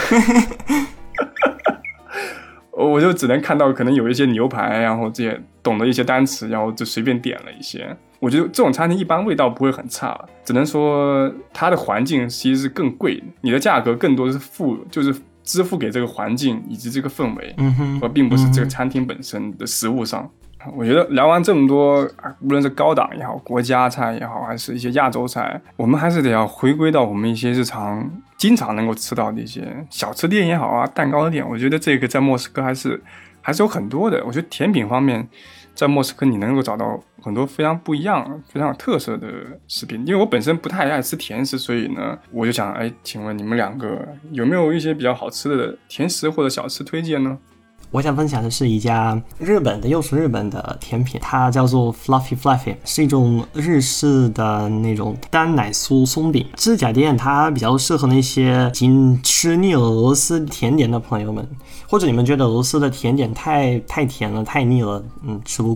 我就只能看到可能有一些牛排，然后这些懂得一些单词，然后就随便点了一些。我觉得这种餐厅一般味道不会很差，只能说它的环境其实是更贵，你的价格更多是付就是支付给这个环境以及这个氛围， 嗯、 而并不是这个餐厅本身的食物上。我觉得聊完这么多，无论是高档也好，国家菜也好，还是一些亚洲菜，我们还是得要回归到我们一些日常经常能够吃到的一些小吃店也好啊，蛋糕店。我觉得这个在莫斯科还是还是有很多的。我觉得甜品方面，在莫斯科你能够找到很多非常不一样、非常有特色的食品。因为我本身不太爱吃甜食，所以呢，我就想，哎，请问你们两个有没有一些比较好吃的甜食或者小吃推荐呢？ 我想分享的是一家日本的，又是日本的甜品，它叫做 Fluffy Fluffy， 是一种日式的那种单奶酥松饼。这家店它比较适合那些已经吃腻了俄罗斯甜点的朋友们，或者你们觉得俄罗斯的甜点太太甜了、太腻了，嗯，吃不惯。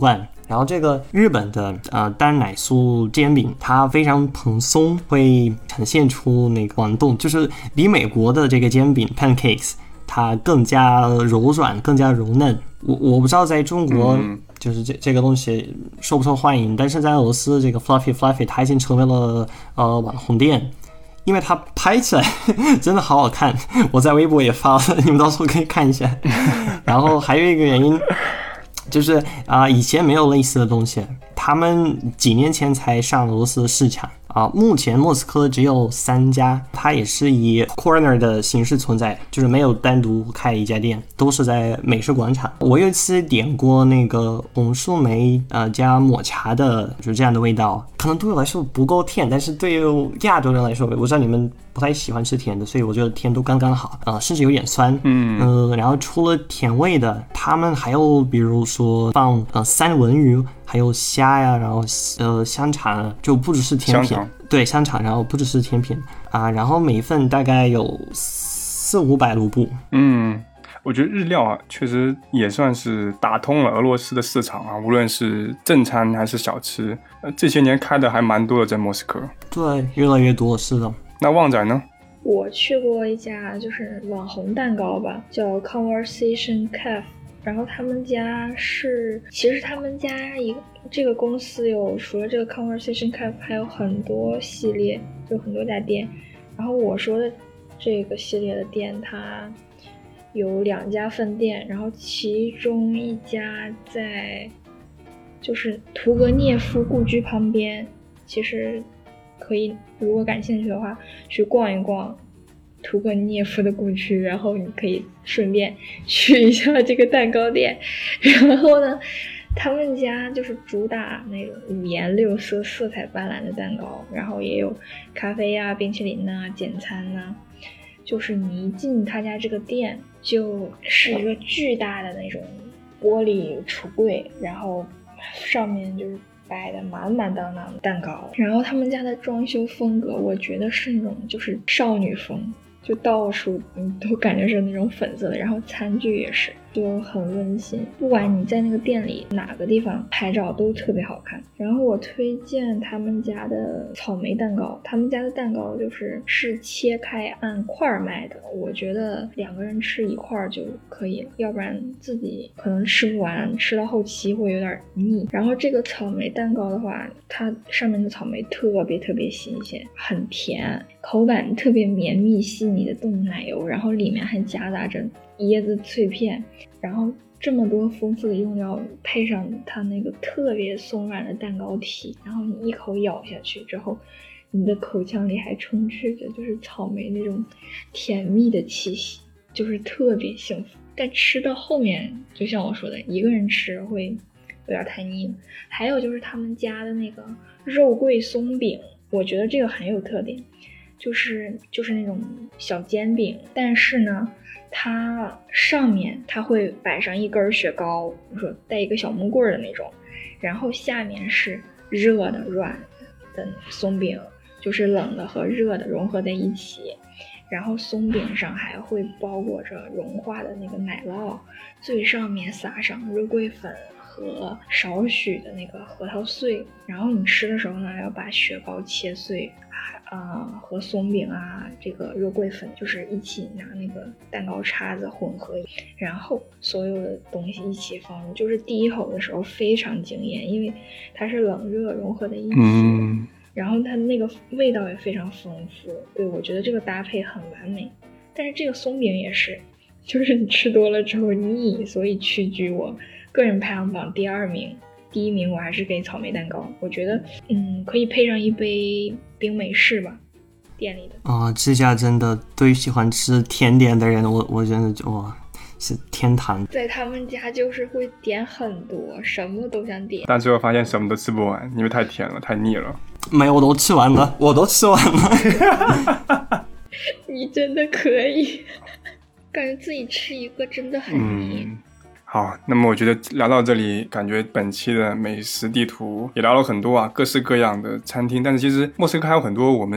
然后这个日本的呃蛋奶酥煎饼，它非常蓬松，会呈现出那个广动，就是比美国的这个煎饼 pancakes 它更加柔软，更加柔嫩。我我不知道在中国就是这这个东西受不受欢迎，但是在俄罗斯这个 fluffy fluffy 它已经成为了呃网红店。因为它拍起来真的好好看，我在微博也发了，你们到时候可以看一下。然后还有一个原因就是啊、呃，以前没有类似的东西，他们几年前才上俄罗斯的市场啊、呃。目前莫斯科只有三家，它也是以 corner 的形式存在，就是没有单独开一家店，都是在美食广场。我有一次点过那个红树莓呃加抹茶的，就是这样的味道，可能对我来说不够甜，但是对于亚洲人来说，我知道你们不太喜欢吃甜的，所以我觉得甜度刚刚好，呃，甚至有点酸，嗯呃，然后除了甜味的，他们还有比如说放呃三文鱼，还有虾呀，然后呃香肠，就不只是甜品，对香肠，然后不只是甜品啊，然后每份大概有四五百卢布， 嗯。我觉得日料啊，确实也算是打通了俄罗斯的市场啊，无论是正餐还是小吃，呃，这些年开的还蛮多的，在莫斯科。 对，越来越多，是的。 那旺仔呢？ 我去过一家就是网红蛋糕吧，叫 Conversation Cafe， 然后他们家是，其实他们家一个这个公司有除了这个 Conversation Cafe 还有很多系列，就很多家店。然后我说的这个系列的店，它有两家分店，然后其中一家在就是屠格涅夫故居旁边，其实可以如果感兴趣的话去逛一逛屠格涅夫的故居，然后你可以顺便去一下这个蛋糕店。然后呢他们家就是主打那种五颜六色色彩斑斓的蛋糕，然后也有咖啡呀、冰淇淋啊、简餐啊，就是你一进他家这个店就是一个巨大的那种玻璃橱柜，然后上面就是摆的满满当当的蛋糕，然后他们家的装修风格我觉得是那种就是少女风，就到处你都感觉是那种粉色的，然后餐具也是就很温馨，不管你在那个店里哪个地方拍照都特别好看。然后我推荐他们家的草莓蛋糕，他们家的蛋糕就是是切开按块卖的，我觉得两个人吃一块就可以了，要不然自己可能吃不完，吃到后期会有点腻。然后这个草莓蛋糕的话，它上面的草莓特别特别新鲜，很甜，口感特别绵密细腻的冻奶油，然后里面还夹杂着椰子脆片，然后这么多丰富的用料配上它那个特别松软的蛋糕体，然后你一口咬下去之后，你的口腔里还充斥着就是草莓那种甜蜜的气息，就是特别幸福。但吃到后面就像我说的，一个人吃会有点太腻了。还有就是他们家的那个肉桂松饼，我觉得这个很有特点，就是就是那种小煎饼，但是呢它上面它会摆上一根雪糕，比如说带一个小木棍的那种，然后下面是热的软的松饼，就是冷的和热的融合在一起，然后松饼上还会包裹着融化的那个奶酪，最上面撒上肉桂粉和少许的那个核桃碎，然后你吃的时候呢要把雪糕切碎啊、呃，和松饼啊这个肉桂粉就是一起拿那个蛋糕叉子混合，然后所有的东西一起放入，就是第一口的时候非常惊艳，因为它是冷热融合在一起、嗯、然后它那个味道也非常丰富，对，我觉得这个搭配很完美。但是这个松饼也是就是你吃多了之后腻，所以屈居我个人排行榜第二名，第一名我还是给草莓蛋糕，我觉得嗯可以配上一杯冰美式吧，店里的啊、呃，这家真的对喜欢吃甜点的人，我我真的哇是天堂。 在他们家就是会点很多，什么都想点， 但最后发现什么都吃不完，因为太甜了，太腻了。 没有，我都吃完了，我都吃完了。 你真的可以，感觉自己吃一个真的很腻。嗯， 好，那么我觉得聊到这里，感觉本期的美食地图也聊了很多啊，各式各样的餐厅。但是其实莫斯科还有很多我们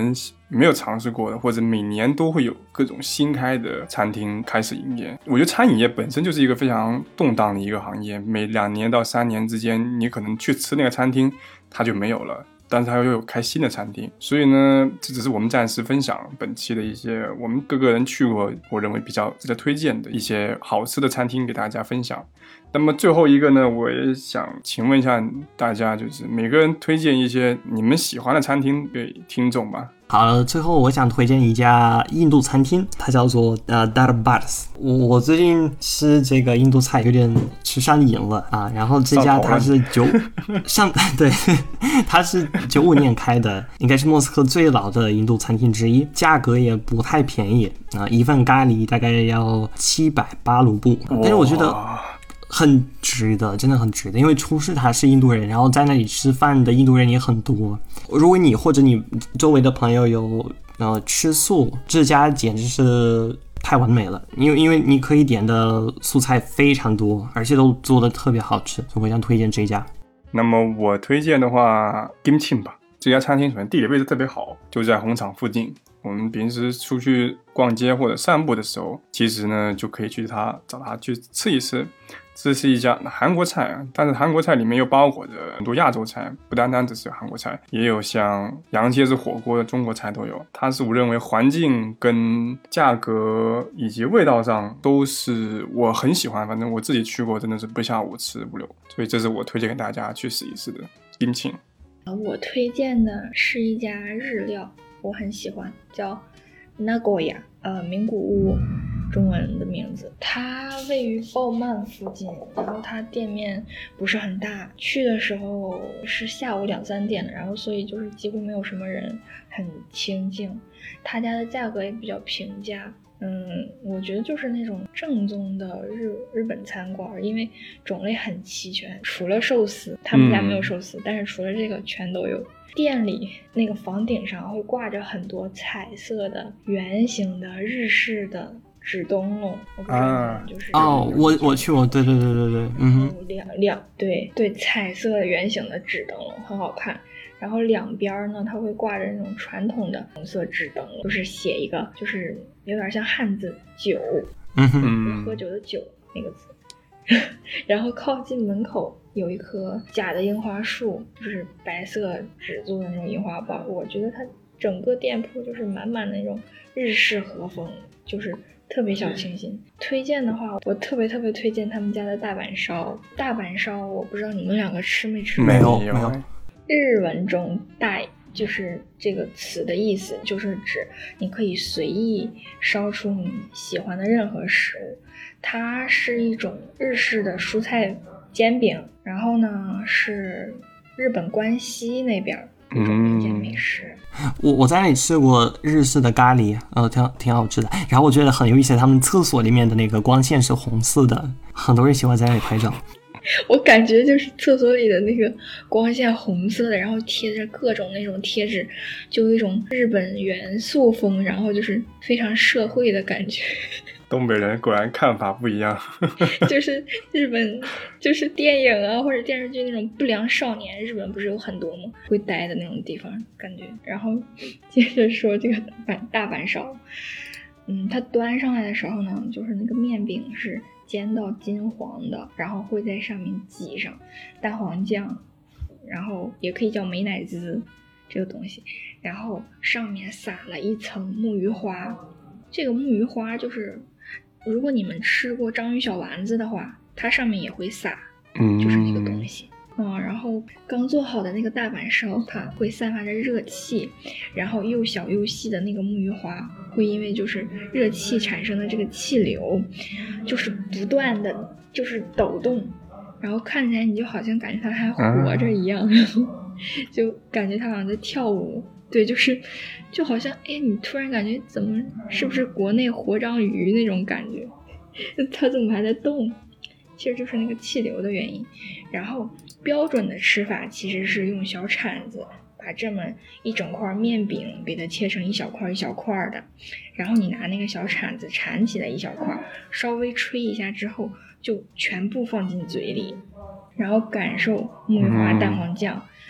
没有尝试过的，或者每年都会有各种新开的餐厅开始营业。我觉得餐饮业本身就是一个非常动荡的一个行业，每两年到三年之间，你可能去吃那个餐厅它就没有了，但是它又有开新的餐厅。所以呢，这只是我们暂时分享本期的一些我们各个人去过我认为比较值得推荐的一些好吃的餐厅给大家分享。那么最后一个呢，我也想请问一下大家，就是每个人推荐一些你们喜欢的餐厅给听众吧。 好了，最后我想推荐一家印度餐厅，它叫做呃 Darbars。我我最近吃这个印度菜有点吃上瘾了啊。然后这家它是九上对，它是九五年开的，应该是莫斯科最老的印度餐厅之一，价格也不太便宜啊，一份咖喱大概要七百八卢布，但是我觉得很值得，真的很值得，因为厨师他是印度人，然后在那里吃饭的印度人也很多。如果你或者你周围的朋友有呃吃素，这家简直是太完美了，因为因为你可以点的素菜非常多，而且都做的特别好吃，所以我想推荐这家。 那么我推荐的话 Kimchi 吧，这家餐厅首先地理位置特别好，就在红场附近。我们平时出去逛街或者散步的时候，其实呢就可以去他找他去吃一吃。这是一家韩国菜啊，但是韩国菜里面又包裹着很多亚洲菜，不单单只是韩国菜，也有像羊蝎子火锅的中国菜都有。它是我认为环境跟价格以及味道上都是我很喜欢，反正我自己去过真的是不下五吃不留，所以这是我推荐给大家去试一试的金庆。 我推荐的是一家日料，我很喜欢，叫 Nagoya 呃名古屋中文的名字。它位于鲍曼附近，然后它店面不是很大，去的时候是下午两三点的，然后所以就是几乎没有什么人，很清静。他家的价格也比较平价，嗯，我觉得就是那种正宗的日日本餐馆，因为种类很齐全，除了寿司，他们家没有寿司，嗯、但是除了这个全都有。店里那个房顶上会挂着很多彩色的圆形的日式的纸灯笼，我不知道你就是哦，我我去过，对对对对对，嗯哼， 两两对对彩色圆形的纸灯笼很好看。然后两边呢，它会挂着那种传统的红色纸灯笼，就是写一个，就是有点像汉字酒， 嗯哼， 喝酒的酒那个字。然后靠近门口有一棵假的樱花树，就是白色纸做的那种樱花瓣。我觉得它整个店铺就是满满的那种日式和风，就是特别小清新。推荐的话，我特别特别推荐他们家的大阪烧。大阪烧我不知道你们两个吃没吃过？ 没有没有。 日文中大就是这个词的意思，就是指你可以随意烧出你喜欢的任何食物。它是一种日式的蔬菜煎饼，然后呢是日本关西那边一种民间美食。 嗯、我我在那里吃过日式的咖喱，呃，挺挺好吃的。然后我觉得很有意思，他们厕所里面的那个光线是红色的，很多人喜欢在那里拍照。 我感觉就是厕所里的那个光线红色的，然后贴着各种那种贴纸，就有一种日本元素风，然后就是非常社会的感觉。 东北人果然看法不一样。 就是日本就是电影啊或者电视剧那种不良少年，日本不是有很多吗？会待的那种地方感觉。然后接着说这个大阪大阪烧，嗯，它端上来的时候呢，就是那个面饼是煎到金黄的，然后会在上面挤上蛋黄酱，然后也可以叫美乃滋这个东西，然后上面撒了一层木鱼花。这个木鱼花就是如果你们吃过章鱼小丸子的话，它上面也会撒，就是那个东西。嗯，然后刚做好的那个大阪烧，它会散发着热气，然后又小又细的那个木鱼花会因为就是热气产生的这个气流，就是不断的就是抖动，然后看起来你就好像感觉它还活着一样，然后就感觉它好像在跳舞。对，就是就好像哎，你突然感觉怎么是不是国内活章鱼那种感觉，它怎么还在动？其实就是那个气流的原因。然后标准的吃法其实是用小铲子把这么一整块面饼给它切成一小块一小块的，然后你拿那个小铲子铲起来一小块，稍微吹一下之后就全部放进嘴里，然后感受木鱼花蛋黄酱、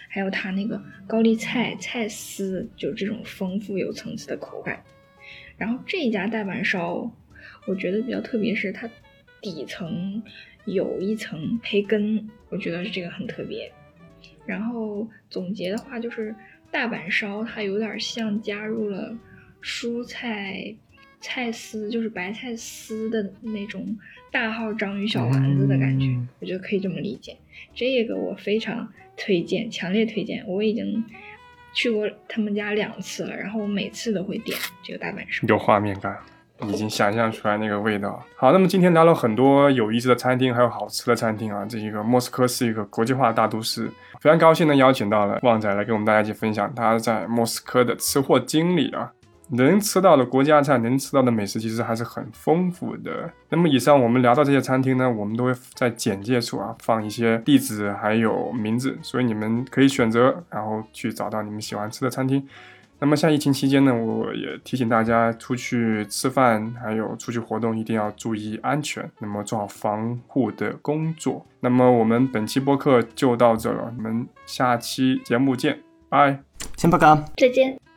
还有它那个高丽菜菜丝，就这种丰富有层次的口感。然后这一家大阪烧我觉得比较特别，是它底层有一层培根，我觉得这个很特别。然后总结的话，就是大阪烧它有点像加入了蔬菜菜丝，就是白菜丝的那种大号章鱼小丸子的感觉、嗯、我觉得可以这么理解。这个我非常推荐，强烈推荐，我已经去过他们家两次了，然后我每次都会点这个大阪烧。 有画面感，已经想象出来那个味道。好，那么今天聊了很多有意思的餐厅还有好吃的餐厅啊，这一个莫斯科是一个国际化的大都市，非常高兴的邀请到了旺仔来跟我们大家一起分享他在莫斯科的吃货经历啊。能吃到的国家菜，能吃到的美食其实还是很丰富的。那么以上我们聊到这些餐厅呢，我们都会在简介处啊放一些地址还有名字，所以你们可以选择然后去找到你们喜欢吃的餐厅。那么像疫情期间呢，我也提醒大家出去吃饭还有出去活动一定要注意安全，那么做好防护的工作。那么我们本期播客就到这了，我们下期节目见，拜， 先不干， 再见。